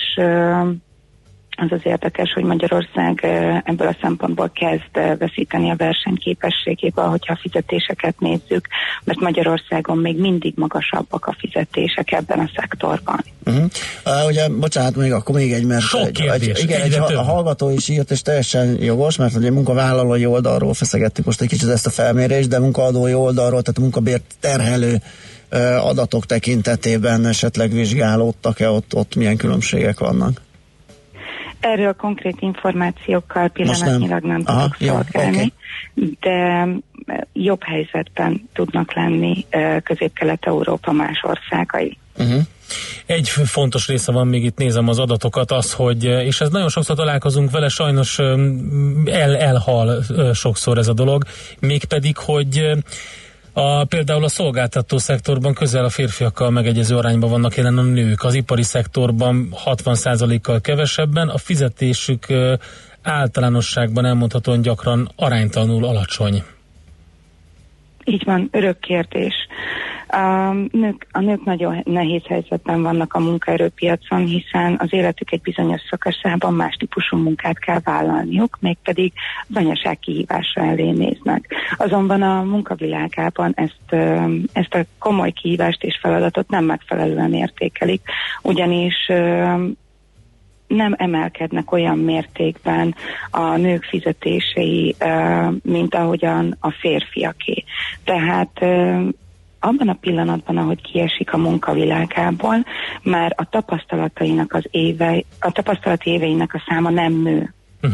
az érdekes, hogy Magyarország ebből a szempontból kezd veszíteni a versenyképességéből, hogyha a fizetéseket nézzük, mert Magyarországon még mindig magasabbak a fizetések ebben a szektorban. Ugye, bocsánat, még egy, mert a hallgató is írt, és teljesen jogos, mert ugye munkavállalói oldalról feszegettük most egy kicsit ezt a felmérést, de munkaadói oldalról, tehát a munkabért terhelő adatok tekintetében esetleg vizsgálódtak-e, ott milyen különbségek vannak? Erről konkrét információkkal pillanatnyilag nem tudok szolgálni, de jobb helyzetben tudnak lenni Közép-Kelet-Európa más országai. Egy fontos része van, még itt nézem az adatokat, az, hogy, és ez nagyon sokszor találkozunk vele, sajnos elhal sokszor ez a dolog, mégpedig, hogy Például a szolgáltató szektorban közel a férfiakkal megegyező arányban vannak jelen a nők, az ipari szektorban 60%-kal kevesebben, a fizetésük általánosságban elmondhatóan gyakran aránytalanul alacsony. Így van, örök kérdés. A nők nagyon nehéz helyzetben vannak a munkaerőpiacon, hiszen az életük egy bizonyos szakaszában más típusú munkát kell vállalniuk, mégpedig az anyaság kihívásra elé néznek. Azonban a munkavilágában ezt a komoly kihívást és feladatot nem megfelelően értékelik, ugyanis nem emelkednek olyan mértékben a nők fizetései, mint ahogyan a férfiaké. Tehát abban a pillanatban, ahogy kiesik a munkavilágából, már a tapasztalati éveinek a száma nem nő.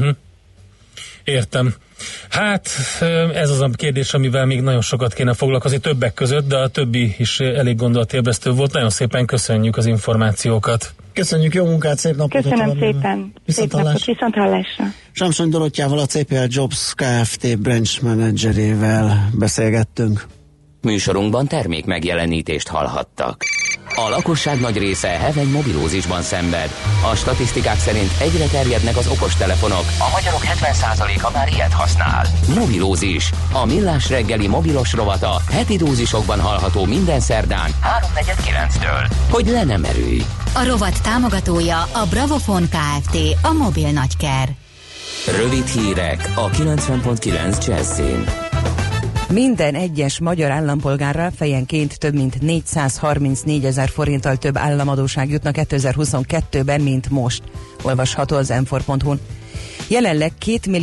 Értem. Hát ez az a kérdés, amivel még nagyon sokat kéne foglalkozni többek között, de a többi is elég gondolatébresztő volt. Nagyon szépen köszönjük az információkat. Köszönjük, jó munkát, szép napot! Köszönöm szépen! Szép napot, viszonthallásra! Samson Dorottyával, a CPL Jobs Kft. Branch menedzserével beszélgettünk. Műsorunkban termék megjelenítést hallhattak. A lakosság nagy része heveny mobilózisban szenved. A statisztikák szerint egyre terjednek az okostelefonok. A magyarok 70%-a már ilyet használ. Mobilózis. A Millás reggeli mobilos rovata heti dózisokban hallható minden szerdán 3:49-től. Hogy le nem erőj. A rovat támogatója a Bravofon Kft. A mobil nagyker. Rövid hírek a 90.9 Jazzin. Minden egyes magyar állampolgárral fejenként több mint 434 000 forinttal több államadósság jutna 2022-ben, mint most. Olvasható az m4.hu-n. Jelenleg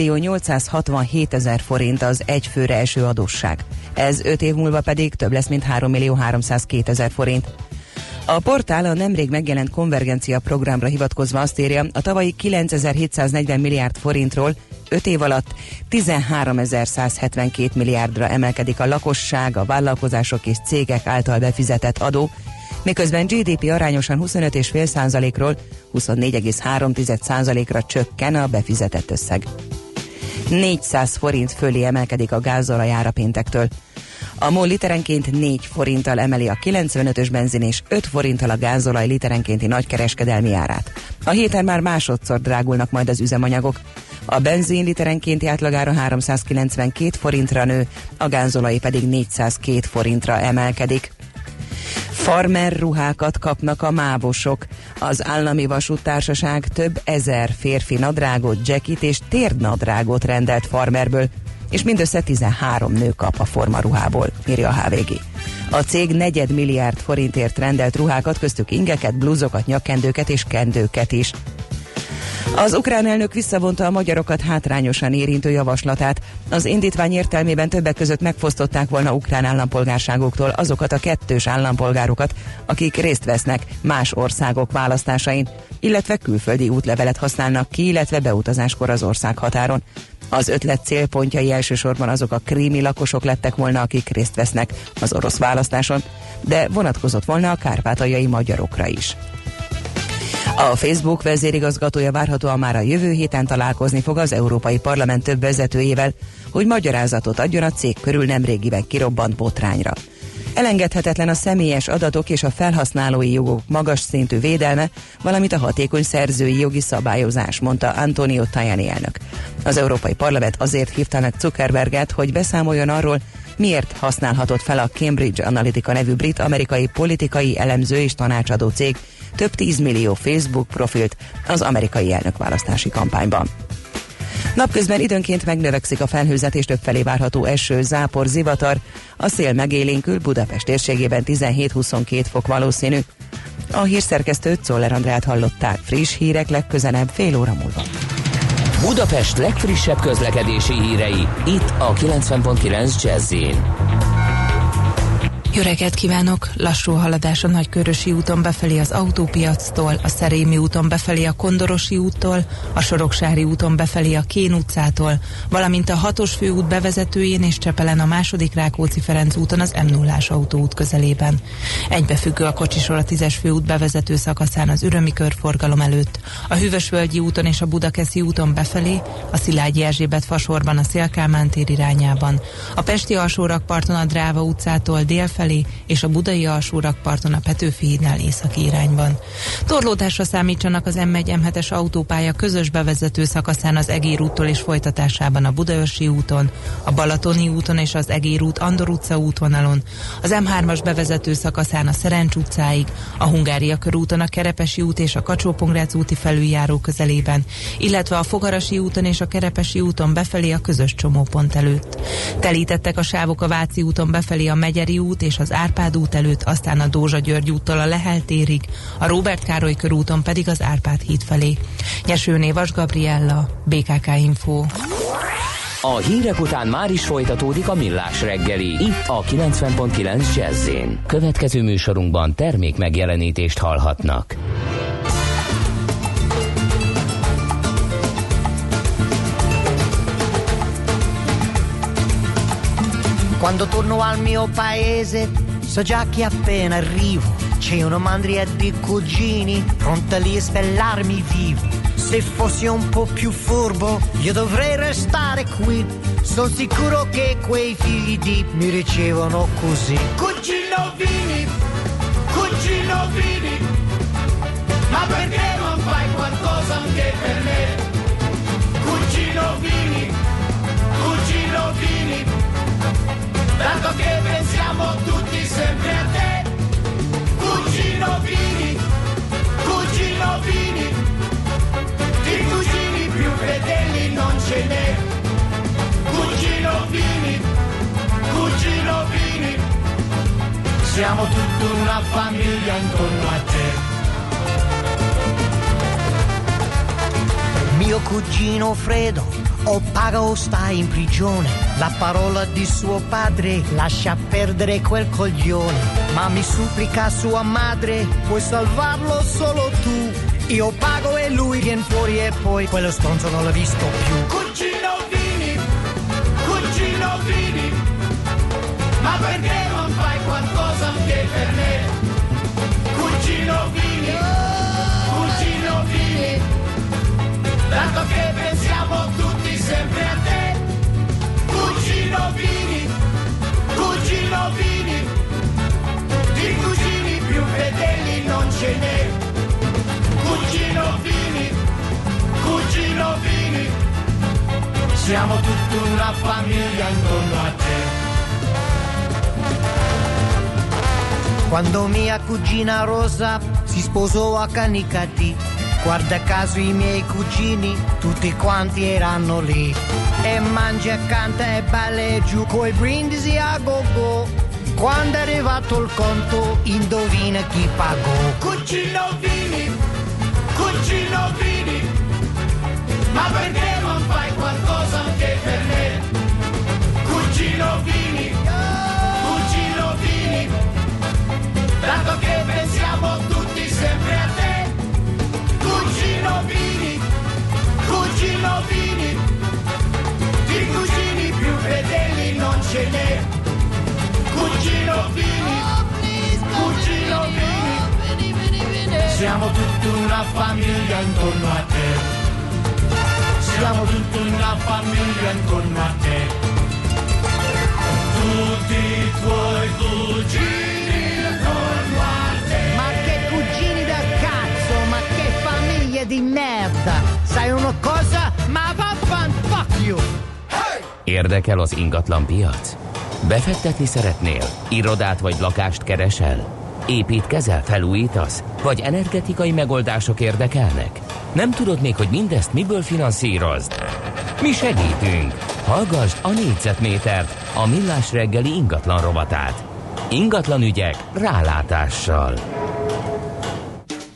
2.867 000 forint az egyfőre eső adósság. Ez 5 év múlva pedig több lesz, mint 3.302 000 forint. A portál a nemrég megjelent konvergencia programra hivatkozva azt írja, a tavalyi 9.740 milliárd forintról 5 év alatt 13.172 milliárdra emelkedik a lakosság, a vállalkozások és cégek által befizetett adó, miközben GDP arányosan 25,5%-ról 24,3%-ra csökken a befizetett összeg. 400 forint fölé emelkedik a gázolaj ára péntektől. A MOL literenként 4 forinttal emeli a 95-ös benzin és 5 forinttal a gázolaj literenkénti nagykereskedelmi árát. A héten már másodszor drágulnak majd az üzemanyagok. A benzin literenkénti átlagára 392 forintra nő, a gázolaj pedig 402 forintra emelkedik. Farmer ruhákat kapnak a mávosok. Az Állami Vasúttársaság több ezer férfi nadrágot, jackit és térdnadrágot rendelt farmerből, és mindössze 13 nő kap a formaruhából, írja a HVG. A cég 4 milliárd forintért rendelt ruhákat, köztük ingeket, blúzokat, nyakkendőket és kendőket is. Az ukrán elnök visszavonta a magyarokat hátrányosan érintő javaslatát. Az indítvány értelmében többek között megfosztották volna ukrán állampolgárságoktól azokat a kettős állampolgárokat, akik részt vesznek más országok választásain, illetve külföldi útlevelet használnak ki, illetve beutazáskor az ország határon. Az ötlet célpontjai elsősorban azok a krími lakosok lettek volna, akik részt vesznek az orosz választáson, de vonatkozott volna a kárpátaljai magyarokra is. A Facebook vezérigazgatója várhatóan már a jövő héten találkozni fog az Európai Parlament több vezetőjével, hogy magyarázatot adjon a cég körül nemrégiben kirobbant botrányra. Elengedhetetlen a személyes adatok és a felhasználói jogok magas szintű védelme, valamint a hatékony szerzői jogi szabályozás, mondta Antonio Tajani elnök. Az Európai Parlament azért hívta meg Zuckerberget, hogy beszámoljon arról, miért használhatott fel a Cambridge Analytica nevű brit-amerikai politikai elemző és tanácsadó cég több 10 millió Facebook profilt az amerikai elnökválasztási kampányban. Napközben időnként megnövekszik a felhőzet és többfelé várható eső, zápor, zivatar. A szél megélénkül, Budapest térségében 17-22 fok valószínű. A hírszerkesztőt, Czoller Andrát hallották. Friss hírek legközelebb fél óra múlva. Budapest legfrissebb közlekedési hírei, itt a 90.9 Jazz-in. Jó reggelt kívánok! Lassú haladás a Nagykörösi úton befelé az Autópiactól, a Szerémi úton befelé a Kondorosi úttól, a Soroksári úton befelé a Kén utcától, valamint a 6-os főút bevezetőjén és Csepelen a II. Rákóczi-Ferenc úton az M0-ás autóút közelében. Egybefüggő a kocsisor a 10-es főút bevezető szakaszán az Ürömi körforgalom előtt, a Hűvösvölgyi úton és a Budakeszi úton befelé, a Szilágyi Erzsébet fasorban a Széll-Kálmán tér irányában, a Pesti alsórakparton a Dráva utcától délfelé és a Budai alsórakparton a Petőfi hídnál északi irányban. Torlódásra számítsanak az M1-M7-es autópálya közös bevezető szakaszán az Egér úttól és folytatásában a Budaörsi úton, a Balatoni úton és az Egér út Andor utca útvonalon, az M3-as bevezető szakaszán a Szerencs utcáig, a Hungária körúton a Kerepesi út és a Kacsó-Pongrác úti felüljáró közelében, illetve a Fogarasi úton és a Kerepesi úton befelé a közös csomópont előtt. Telítettek a sávok a Váci úton befelé a Megyeri út és az Árpád út előtt, aztán a Dózsa-György úttól a Lehel térig, a Róbert Károly körúton pedig az Árpád híd felé. Nyesőné Vas Gabriella, BKK Info. A hírek után már is folytatódik a Millás reggeli, itt a 90.9 Jazz-én. Következő műsorunkban termék megjelenítést hallhatnak. Quando torno al mio paese so già che appena arrivo c'è una mandria di cugini pronta lì a spellarmi vivo. Se fossi un po' più furbo io dovrei restare qui. Sono sicuro che quei figli di mi ricevono così. Cugino Vini, ma perché non fai qualcosa anche per me? Cugino Vini, tanto che pensiamo tutti sempre a te. Cugino Vini, di cugini più fedeli non ce n'è. Cugino Vini, siamo tutta una famiglia intorno a te. Mio cugino Fredo o paga o sta in prigione. La parola di suo padre lascia perdere quel coglione. Ma mi supplica sua madre, puoi salvarlo solo tu. Io pago e lui viene fuori e poi quello stronzo non l'ho visto più. Cugino Vini, ma perché non fai qualcosa anche per me? Cugino Vini, tanto che pensiamo tutti sempre a te. Cugino Vini, di cugini più fedeli non ce n'è. Cugino Vini, siamo tutta una famiglia intorno a te. Quando mia cugina Rosa si sposò a Canicattì, guarda caso i miei cugini tutti quanti erano lì. E mangia, canta e balla e giù coi brindisi a go-go. Quando è arrivato il conto indovina chi pagò. Cugino Vini, ma perché non fai qualcosa anche per me? Cugino Vini, tanto che pensiamo tutti sempre a te. Cugino Vini, di cugini più fedeli non ce n'è. Cugino Vini, siamo tutta una famiglia intorno a te. Siamo tutta una famiglia intorno a te. Tutti i tuoi cugini intorno a te. Ma che cugini da cazzo, ma che famiglia di merda. Sai una cosa? Ma vaffan, fuck you. Érdekel az ingatlan piac? Befektetni szeretnél? Irodát vagy lakást keresel? Építkezel, felújítasz? Vagy energetikai megoldások érdekelnek? Nem tudod még, hogy mindezt miből finanszírozd? Mi segítünk! Hallgasd a Négyzetmétert, a Millás reggeli ingatlan rovatát. Ingatlan ügyek rálátással.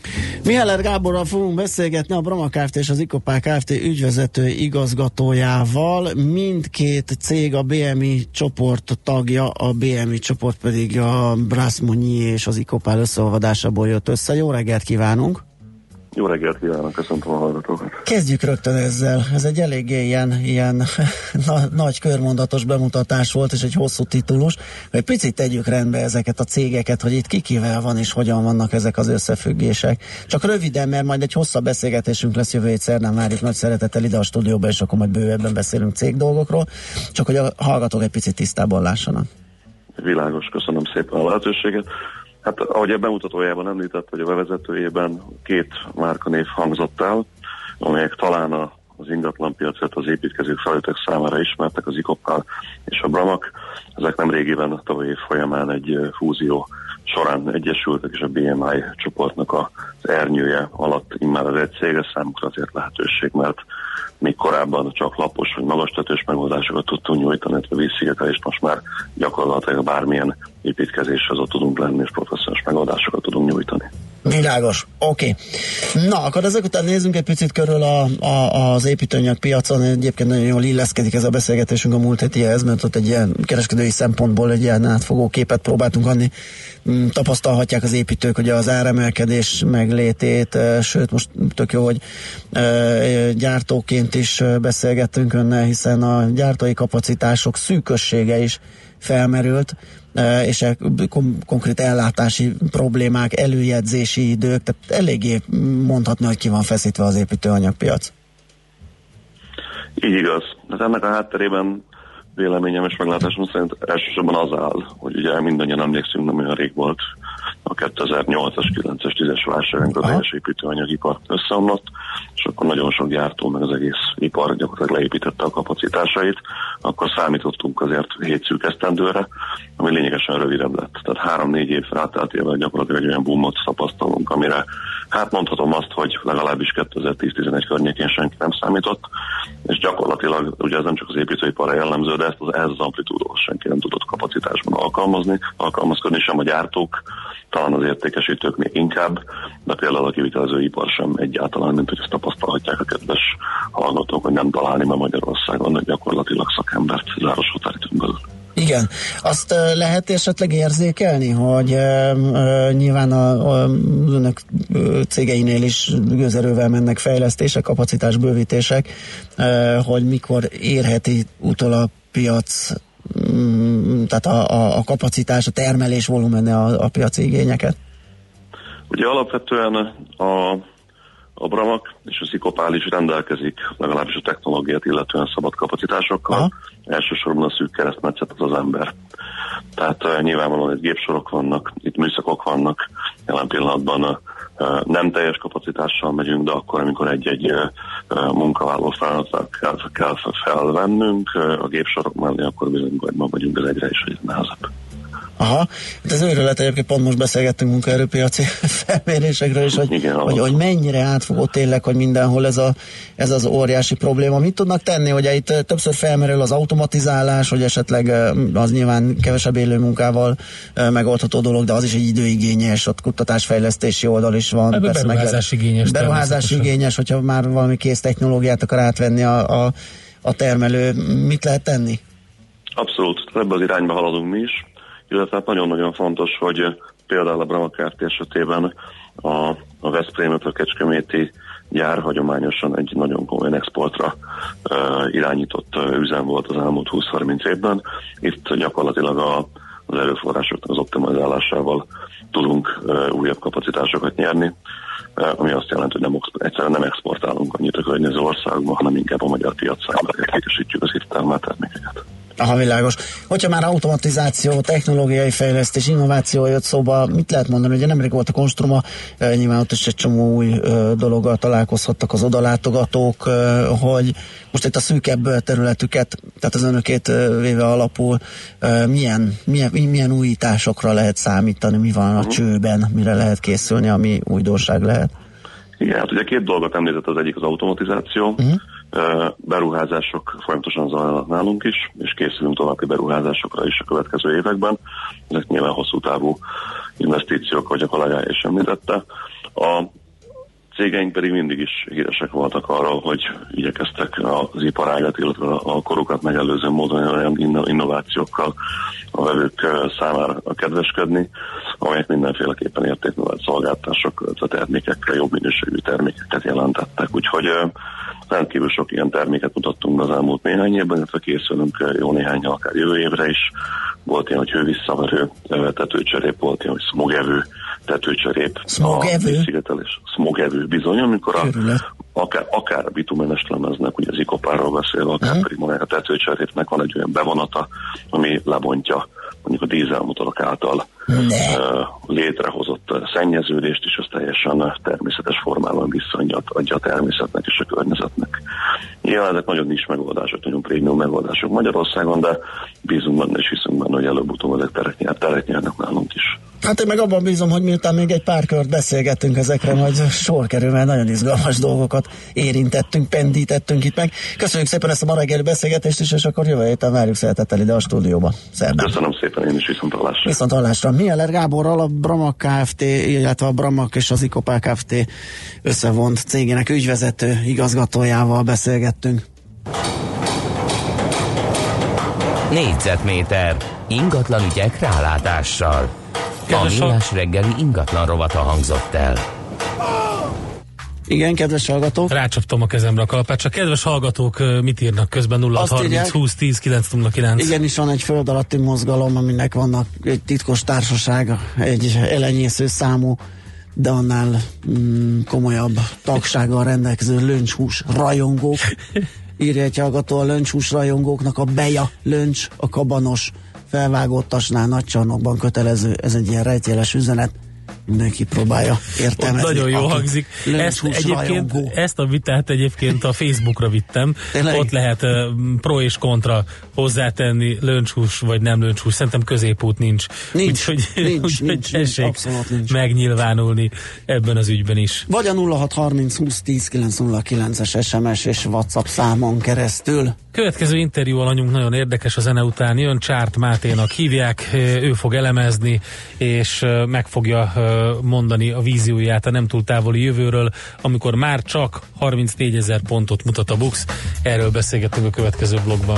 Mihály Gáborral fogunk beszélgetni, a Brama Kft. És az Ikopál Kft. Ügyvezető igazgatójával. Mindkét cég a BMI csoport tagja, a BMI csoport pedig a Brasmonyi és az Ikopál összeolvadásából jött össze. Jó reggelt kívánunk! Jó reggelt kívánok, köszöntöm a hallgatókat. Kezdjük rögtön ezzel. Ez egy eléggé ilyen nagy körmondatos bemutatás volt, és egy hosszú titulus. Egy picit tegyük rendbe ezeket a cégeket, hogy itt kikivel van, és hogyan vannak ezek az összefüggések. Csak röviden, mert majd egy hosszabb beszélgetésünk lesz jövő hét szerdán, várjuk nagy szeretettel ide a stúdióba, és akkor majd bővebben beszélünk cégdolgokról. Csak hogy a hallgatók egy picit tisztában lássanak. Világos, köszönöm szépen a lehetőséget. Hát ahogy a bemutatójában említett, hogy a bevezetőjében 2 márkanév hangzott el, amelyek talán az ingatlanpiacot, az építkezők felületek számára ismertek, az Ikopál és a Bramak. Ezek nem régiben a tavalyi év folyamán egy fúzió során egyesültek, és a BMI csoportnak az ernyője alatt immár az egy cég, ez számukra azért lehetőség, mert még korábban csak lapos vagy magastetős megoldásokat tudtunk nyújtani, illetve vízszigetelést, most már gyakorlatilag bármilyen építkezéshez ott tudunk lenni, és professzionális megoldásokat tudunk nyújtani. Világos, oké. Na, akkor ezek után nézzünk egy picit körül az építőanyag piacon. Egyébként nagyon jól illeszkedik ez a beszélgetésünk a múlt hetihez, mert ott egy ilyen kereskedői szempontból egy ilyen átfogó képet próbáltunk adni. Tapasztalhatják az építők, hogy az áremelkedés meglétét, sőt most tök jó, hogy gyártóként is beszélgettünk önnel, hiszen a gyártói kapacitások szűkössége is felmerült, és konkrét ellátási problémák, előjegyzési idők, tehát eléggé mondhatni, hogy ki van feszítve az építőanyagpiac. Így igaz. De ennek a hátterében véleményem és meglátásom szerint elsősorban az áll, hogy ugye mindannyian emlékszünk, nem olyan rég volt a 2008-as, 9-es, 10-es válság, amikor a teljes építőanyagipar összeomlott, és akkor nagyon sok gyártó, meg az egész ipar gyakorlatilag leépítette a kapacitásait, akkor számítottunk azért 7 szűk esztendőre, ami lényegesen rövidebb lett. Tehát 3-4 év ráteltével gyakorlatilag egy olyan boomot tapasztalunk, amire hát mondhatom azt, hogy legalábbis 2010-11 környékén senki nem számított, és gyakorlatilag ugye ez nem csak az építőiparra jellemző, de ez az amplitúdóhoz senki nem tudott kapacitásban alkalmazkodni, sem a gyártók, talán az értékesítők még inkább, de például a kivitelező ipar sem egyáltalán, mint hogy ezt tapasztalhatják a kedves hallgatók, hogy nem találni be Magyarországon gyakorlatilag szakembert záros határidőn belül. Igen. Azt lehet esetleg érzékelni, hogy nyilván az önök cégeinél is gőzerővel mennek fejlesztések, kapacitásbővítések, hogy mikor érheti utol a piac, tehát a kapacitás, a termelés volumene a piaci igényeket? Ugye alapvetően a Bramak és az Ikopál is rendelkezik, legalábbis a technológiát illetően szabad kapacitásokkal. Aha. Elsősorban a szűk keresztmetszet az ember. Tehát nyilvánvalóan itt gépsorok vannak, itt műszakok vannak, jelen pillanatban nem teljes kapacitással megyünk, de akkor, amikor egy-egy munkavállaló feladatot kell felvennünk a gépsorok mellé, akkor bizony bajban vagyunk, ez egyre is nehezebb. Aha, ez őrület, egyébként pont most beszélgettünk munkaerőpiaci felmérésekről is, hogy mennyire átfogó tényleg, hogy mindenhol ez az óriási probléma. Mit tudnak tenni, hogy itt többször felmerül az automatizálás, hogy esetleg az nyilván kevesebb élő munkával megoldható dolog, de az is egy időigényes, ott kutatásfejlesztési oldal is van. Beruházás igényes, hogyha már valami kész technológiát akar átvenni a termelő. Mit lehet tenni? Abszolút, ebben az irányba haladunk mi is. Illetve nagyon-nagyon fontos, hogy például a Brama Kft. Esetében a Veszprémtől Kecskeméti gyár hagyományosan egy nagyon komoly exportra irányított üzem volt az elmúlt 20-30 évben. Itt gyakorlatilag az erőforrásoknak az optimalizálásával tudunk újabb kapacitásokat nyerni, ami azt jelenti, hogy egyszerűen nem exportálunk annyit a környező országban, hanem inkább a magyar piac számára értékesítjük az itt termelt termékeket. Aha, világos. Hogyha már automatizáció, technológiai fejlesztés, innováció jött szóba, mit lehet mondani? Ugye nemrég volt a Konstruma, nyilván ott is egy csomó új dologgal találkozhattak az odalátogatók, hogy most itt a szűkebb területüket, tehát az önökét véve alapul, milyen újításokra lehet számítani, mi van a csőben, mire lehet készülni, ami újdonság lehet? Igen, hát ugye 2 dolgot említett, az egyik az automatizáció, beruházások folyamatosan zajlanak nálunk is, és készülünk további beruházásokra is a következő években. Ezek nyilván hosszú távú investíciók, ahogy a kollégája is említette. cégeink pedig mindig is híresek voltak arról, hogy igyekeztek az iparágat, illetve a korukat megelőző módon olyan innovációkkal a vevők számára kedveskedni, amelyek mindenféleképpen értéknövelt szolgáltatások, illetve termékekre jobb minőségű termékeket jelentettek. Úgyhogy rendkívül sok ilyen terméket mutattunk be az elmúlt néhány évben, illetve készülünk jó néhány, akár jövő évre is. Volt ilyen, hogy hővisszaverő tetőcserép, volt ilyen, hogy smogevő tetőcserép. Smogevő? Smogevő bizony, amikor akár a bitumenes lemeznek, ugye az ikopárról beszélve, akár pedig magának a tetőcserépnek van egy olyan bevonata, ami lebontja mondjuk a dízelmotorok által létrehozott szennyeződést, és az teljesen természetes formában visszaadja a természetnek és a környezetnek. Nyilván ezek nagyon nincs megoldások, nagyon prémium megoldások Magyarországon, de bízunk benne és hiszünk benne, hogy előbb-utóbb ezek teret nyernek nálunk is. Hát én meg abban bízom, hogy miután még egy pár kört beszélgettünk ezekre, majd sor kerül, mert nagyon izgalmas dolgokat érintettünk, pendítettünk itt meg. Köszönjük szépen ezt a ma reggeli beszélgetést is, és akkor jövő héten várjuk szeretettel ide a stúdióba. Szerdán. Köszönöm szépen, én is viszonthallásra. Viszonthallásra. Mieler Gáborral, a Bramag Kft., illetve a Bramag és az Ikopál Kft. Összevont cégének ügyvezető igazgatójával beszélgettünk. Négyzetméter ingatlan ügyek rálátással. A Millás reggeli ingatlan rovata hangzott el. Igen, kedves hallgatók. Rácsaptam a kezemre a kalapát, csak kedves hallgatók mit írnak közben 0630 20 10 909. Igenis van egy föld alatti mozgalom, aminek vannak egy titkos társaság, egy elenyésző számú, de annál komolyabb tagsággal rendelkező löncshús rajongók. Írja egy hallgató, a löncshús rajongóknak a beja löncs, a kabanos felvágottasnál Nagycsarnokban kötelező. Ez egy ilyen rejtjeles üzenet. Mindenki próbálja értelmezni. Nagyon jó hangzik. Ezt a vitát egyébként a Facebookra vittem. Tényleg? Ott lehet pro és kontra hozzátenni, löncshús vagy nem löncshús. Szerintem középút nincs. Nincs, abszolút nincs. Megnyilvánulni ebben az ügyben is. Vagy a 0630 20 10 909-es SMS és WhatsApp számon keresztül. Következő interjú alanyunk nagyon érdekes, a zene után jön, Csárt Máténak hívják, ő fog elemezni, és meg fogja mondani a vízióját a nem túl távoli jövőről, amikor már csak 34 000 pontot mutat a BUX. Erről beszélgetünk a következő blogban.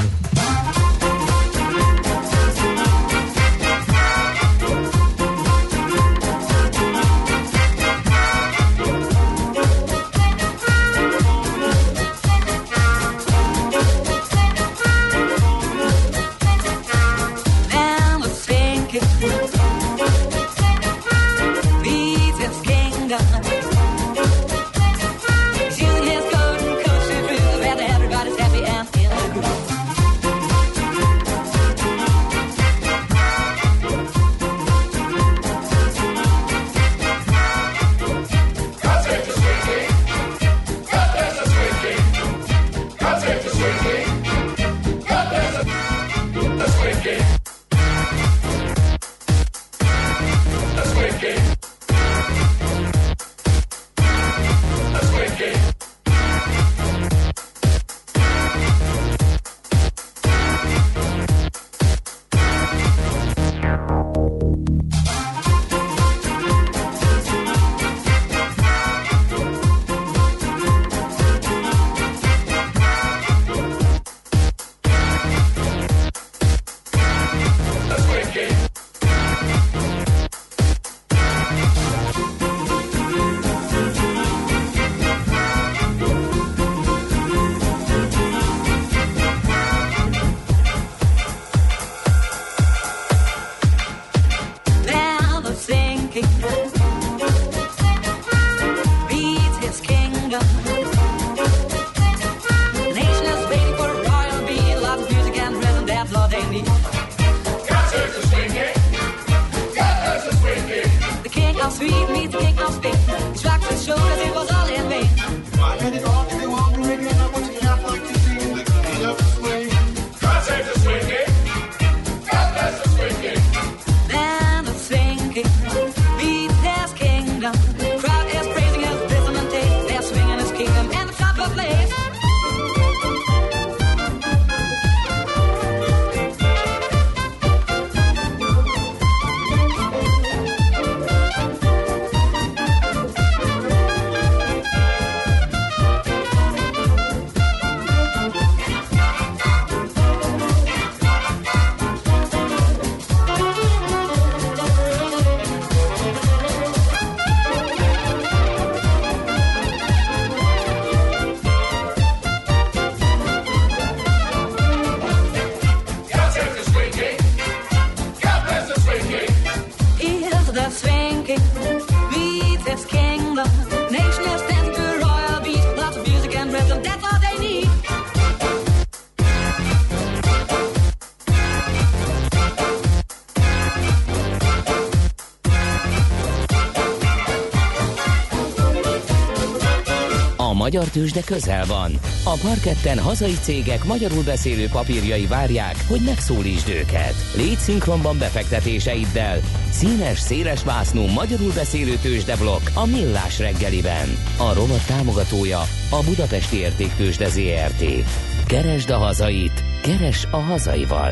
the swinging beat its kingdom. Nation stands to royal beat, lots of music and rhythm, that's all they need. A magyar tőzsde közel van. A parketten hazai cégek magyarul beszélő papírjai várják, hogy megszólítsd őket. Légy szinkronban befektetéseiddel. Színes, széles vásznú magyarul beszélő tőzsdeblokk a Millás reggeliben. A rovat támogatója a Budapesti Értéktőzsde ZRT. Keresd a hazait, keresd a hazaival.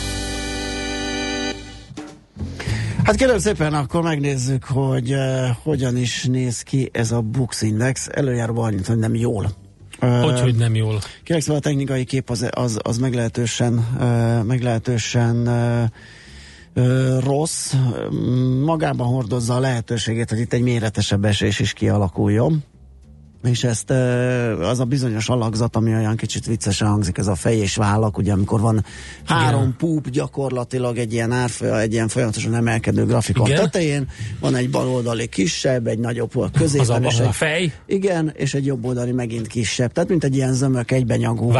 Hát kérem szépen, akkor megnézzük, hogy hogyan is néz ki ez a Bux Index. Előjáróban annyit, hogy nem jól. Hogy nem jól. Kérlek szépen, a technikai kép az meglehetősen rossz. Magában hordozza a lehetőségét, hogy itt egy méretesebb esés is kialakuljon. És ezt az a bizonyos alakzat, ami olyan kicsit viccesen hangzik, ez a fej és vállak, ugye amikor van három púp gyakorlatilag egy ilyen folyamatosan emelkedő grafikon tetején, van egy baloldali kisebb, egy nagyobb középen, az a fej? Igen, és egy jobb oldali megint kisebb. Tehát mint egy ilyen zömök, egybenyagú,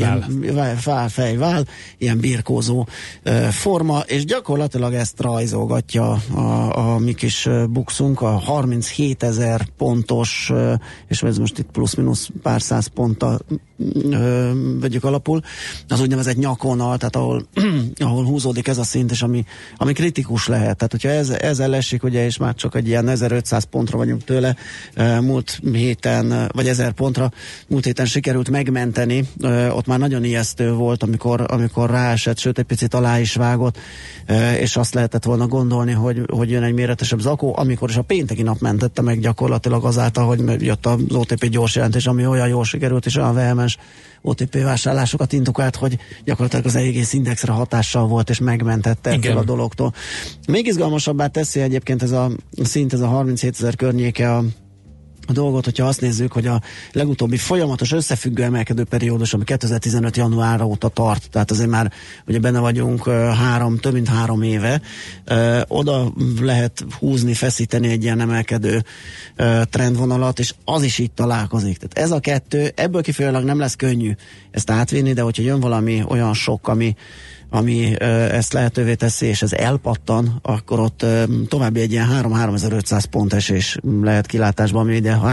vál, ilyen birkózó forma, és gyakorlatilag ezt rajzolgatja a mi kis buxunk, a 37 000 pontos, és ez most itt plusz-minusz pár száz ponttal vegyük alapul, az úgynevezett nyakvonal, tehát ahol húzódik ez a szint, és ami kritikus lehet. Tehát, hogyha ezzel esik, ugye, és már csak egy ilyen 1500 pontra vagyunk tőle, múlt héten, vagy 1000 pontra, múlt héten sikerült megmenteni, ott már nagyon ijesztő volt, amikor ráesett, sőt egy picit alá is vágott, és azt lehetett volna gondolni, hogy jön egy méretesebb zakó, amikor is a pénteki nap mentette meg gyakorlatilag azáltal, hogy jött az OTP gyors jelentés, ami olyan jól sikerült, és olyan vehemens OTP vásárlásokat indukált, hogy gyakorlatilag az egész indexre hatással volt, és megmentette ettől a dologtól. Még izgalmasabbá teszi egyébként ez a szint, ez a 37 000 környéke a dolgot, hogyha azt nézzük, hogy a legutóbbi folyamatos összefüggő emelkedő periódus, ami 2015. januárra óta tart, tehát azért már ugye benne vagyunk több mint 3 éve, oda lehet húzni, feszíteni egy ilyen emelkedő trendvonalat, és az is itt találkozik. Tehát ez a kettő, ebből kifolyólag nem lesz könnyű ezt átvinni, de hogyha jön valami olyan sok, ami ezt lehetővé teszi, és ez elpattan, akkor ott további egy ilyen 3-3500 pont esés lehet kilátásban, ami ide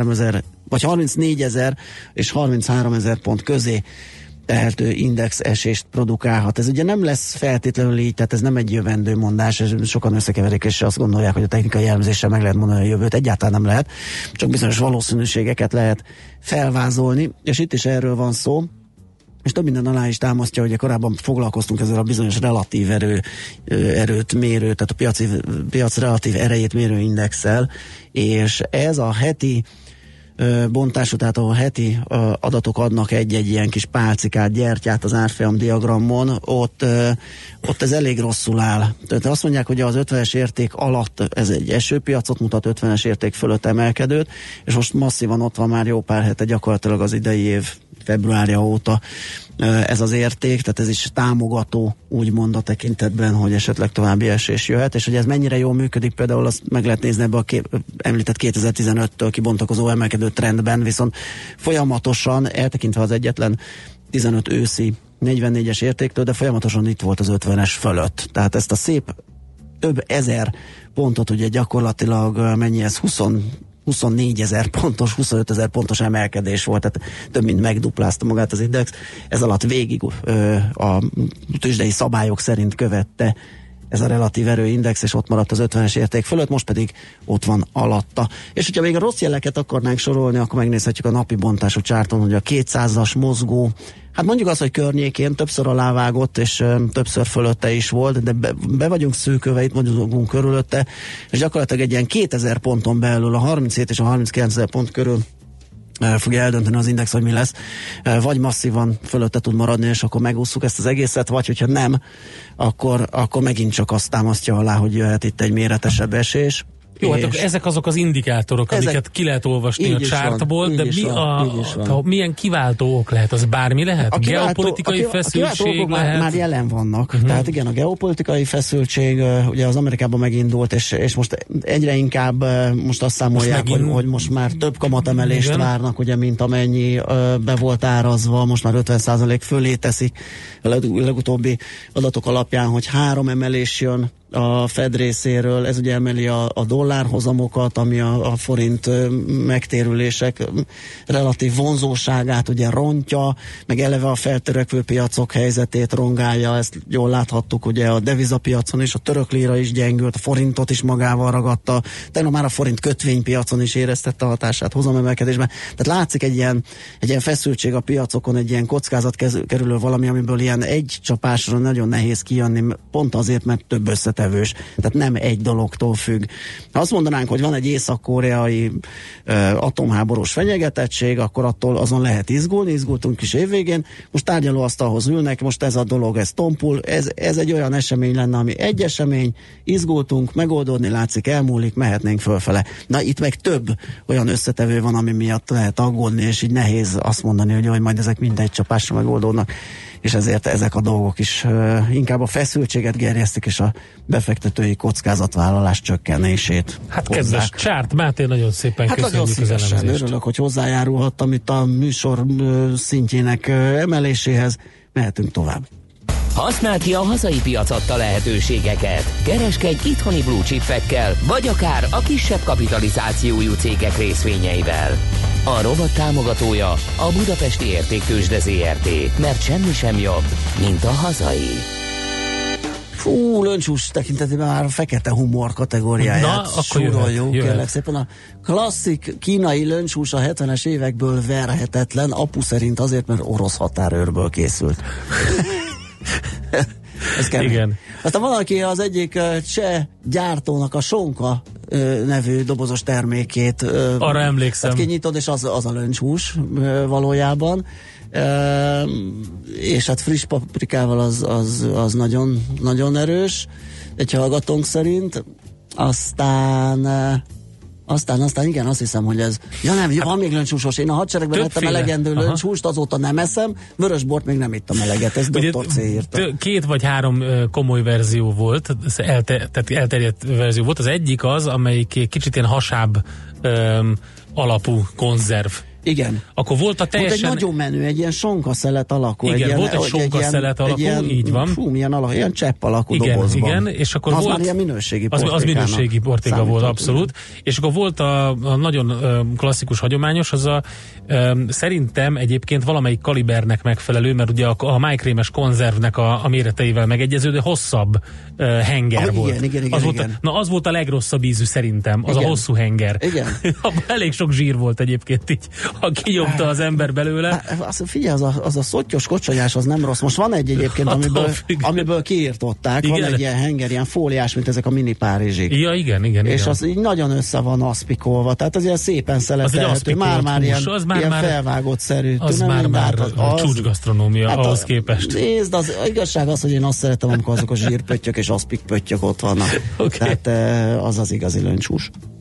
34 000 és 33 000 pont közé tehető index esést produkálhat. Ez ugye nem lesz feltétlenül így, tehát ez nem egy jövendő mondás, sokan összekeverik, és azt gondolják, hogy a technikai elemzéssel meg lehet mondani a jövőt. Egyáltalán nem lehet, csak bizonyos valószínűségeket lehet felvázolni, és itt is erről van szó. És több minden alá is támasztja, hogy korábban foglalkoztunk ezzel a bizonyos relatív erőt mérő, tehát a piac relatív erejét mérő indexsel, és ez a heti bontású, tehát a heti adatok adnak egy ilyen kis pálcikát, gyertyát az árfolyam diagramon, ott ez elég rosszul áll. Tehát azt mondják, hogy az 50-es érték alatt ez egy esőpiacot mutat, 50-es érték fölött emelkedőt, és most masszívan ott van már jó pár hete, gyakorlatilag az idei év februárja óta ez az érték, tehát ez is támogató, úgymond a tekintetben, hogy esetleg további esés jöhet, és hogy ez mennyire jól működik, például azt meg lehet nézni ebbe a említett 2015-től kibontakozó emelkedő trendben, viszont folyamatosan, eltekintve az egyetlen 15 őszi 44-es értéktől, de folyamatosan itt volt az 50-es fölött. Tehát ezt a szép több ezer pontot ugye gyakorlatilag mennyi ez, 24 000 pontos, 25 000 pontos emelkedés volt, tehát több mint megduplázta magát az index. Ez alatt végig a tőzsdei szabályok szerint követte ez a relatív erőindex, és ott maradt az 50-es érték fölött, most pedig ott van alatta. És hogyha még a rossz jeleket akarnánk sorolni, akkor megnézhetjük a napi bontású csárton, hogy a 200-as mozgó, hát mondjuk azt, hogy környékén többször alávágott, és többször fölötte is volt, de be vagyunk szűkölve, itt mondjuk körülötte, és gyakorlatilag egy ilyen 2000 ponton belül, a 37 és a 39 000 pont körül fogja eldönteni az index, hogy mi lesz. Vagy masszívan fölötte tud maradni, és akkor megússzuk ezt az egészet, vagy hogyha nem, akkor megint csak azt támasztja alá, hogy jöhet itt egy méretesebb esés. Jó, hát akkor ezek azok az indikátorok, amiket ki lehet olvasni a chartból, de milyen kiváltó ok lehet? Az bármi lehet? Geopolitikai feszültség lehet? Már jelen vannak. Tehát igen, a geopolitikai feszültség ugye az Amerikában megindult, és most egyre inkább most azt számolják, hogy most már több kamatemelést várnak, ugye, mint amennyi be volt árazva, most már 50% fölé teszik a legutóbbi adatok alapján, hogy 3 emelés jön a Fed részéről, ez ugye emeli a dollárhozamokat, ami a forint megtérülések relatív vonzóságát ugye rontja, meg eleve a feltörekvő piacok helyzetét rongálja, ezt jól láthattuk ugye a devizapiacon is, a török líra is gyengült, a forintot is magával ragadta, tegnap már a forint kötvénypiacon is éreztette a hatását hozamemelkedésben, tehát látszik egy ilyen feszültség a piacokon, egy ilyen kockázat kerülő valami, amiből ilyen egy csapásra nagyon nehéz kijönni, pont azért, mert több összetevős, tehát nem egy dologtól függ. Ha azt mondanánk, hogy van egy észak-koreai atomháborús fenyegetettség, akkor attól azon lehet izgultunk is évvégén, most tárgyalóasztalhoz ülnek, most ez a dolog, ez tompul, ez egy olyan esemény lenne, ami egy esemény, izgultunk, megoldódni látszik, elmúlik, mehetnénk fölfele. Na itt meg több olyan összetevő van, ami miatt lehet aggódni, és így nehéz azt mondani, hogy majd ezek mindegy csapásra megoldódnak, és ezért ezek a dolgok is inkább a feszültséget gerjesztik, és a befektetői kockázatvállalás csökkenését. Hát kedves Csárt Máté, nagyon szépen köszönjük az elemzést. Örülök, hogy hozzájárulhattam itt a műsor szintjének emeléséhez. Mehetünk tovább. Használd ki a hazai piac adta lehetőségeket. Kereskedj itthoni blue chipekkel, vagy akár a kisebb kapitalizációjú cégek részvényeivel. A rovat támogatója a Budapesti Értéktőzsde ZRT, mert semmi sem jobb, mint a hazai. Löncshús tekintetében már a fekete humor kategóriáját soroljuk. Kérlek szépen, a klasszik kínai löncshús a 70-es évekből verhetetlen, apu szerint azért, mert orosz határőrből készült. Ez kemény. Igen. Aztán valaki az egyik cseh gyártónak a Sonka nevű dobozos termékét arra emlékszem. Hát kinyitod, és az a löncshús valójában. És hát friss paprikával az nagyon, nagyon erős, egy hallgatónk szerint. Aztán igen, azt hiszem, hogy ez... Ja nem, van még löncshúsos. Én a hadseregben ettem elegendő löncshúst, azóta nem eszem, vörösbort még nem ittam eleget, ez Dr. C. írta. 2 vagy 3 komoly verzió volt, tehát elterjedt verzió volt. Az egyik az, amelyik kicsit ilyen hasáb alapú konzerv. Igen. Akkor volt a teljesen... Volt egy nagyon menő, egy ilyen sonkaszelet alakú. Igen, volt egy sonkaszelet alakú, így van. Ilyen csepp alakú dobozban. Igen, és akkor az volt... már ilyen minőségi portékának. Az minőségi portéka volt, abszolút. És akkor volt a nagyon klasszikus hagyományos, az szerintem egyébként valamelyik kalibernek megfelelő, mert ugye a májkrémes konzervnek a méreteivel megegyező, de hosszabb henger volt. Igen. Az volt a legrosszabb ízű szerintem, az igen. A hosszú henger. Igen. Elég sok zsír volt egyébként így, ha kinyomta az ember belőle. Figyelj, az a szottyos kocsonyás az nem rossz. Most van egy egyébként, amiből kiírtották. Igen. Van egy ilyen henger, ilyen fóliás, mint ezek a mini párizsik. Ja, igen. És az így nagyon össze van aszpikolva. Tehát az ilyen szépen szeletelhető. Már ilyen felvágott-szerű. Az már csúcsgasztronómia ahhoz képest. Nézd, az igazság az, hogy én azt szeretem, amikor azok a zsírpöttyök és aszpikpöttyök ott vannak. Okay. Tehát az az igazi löncshús.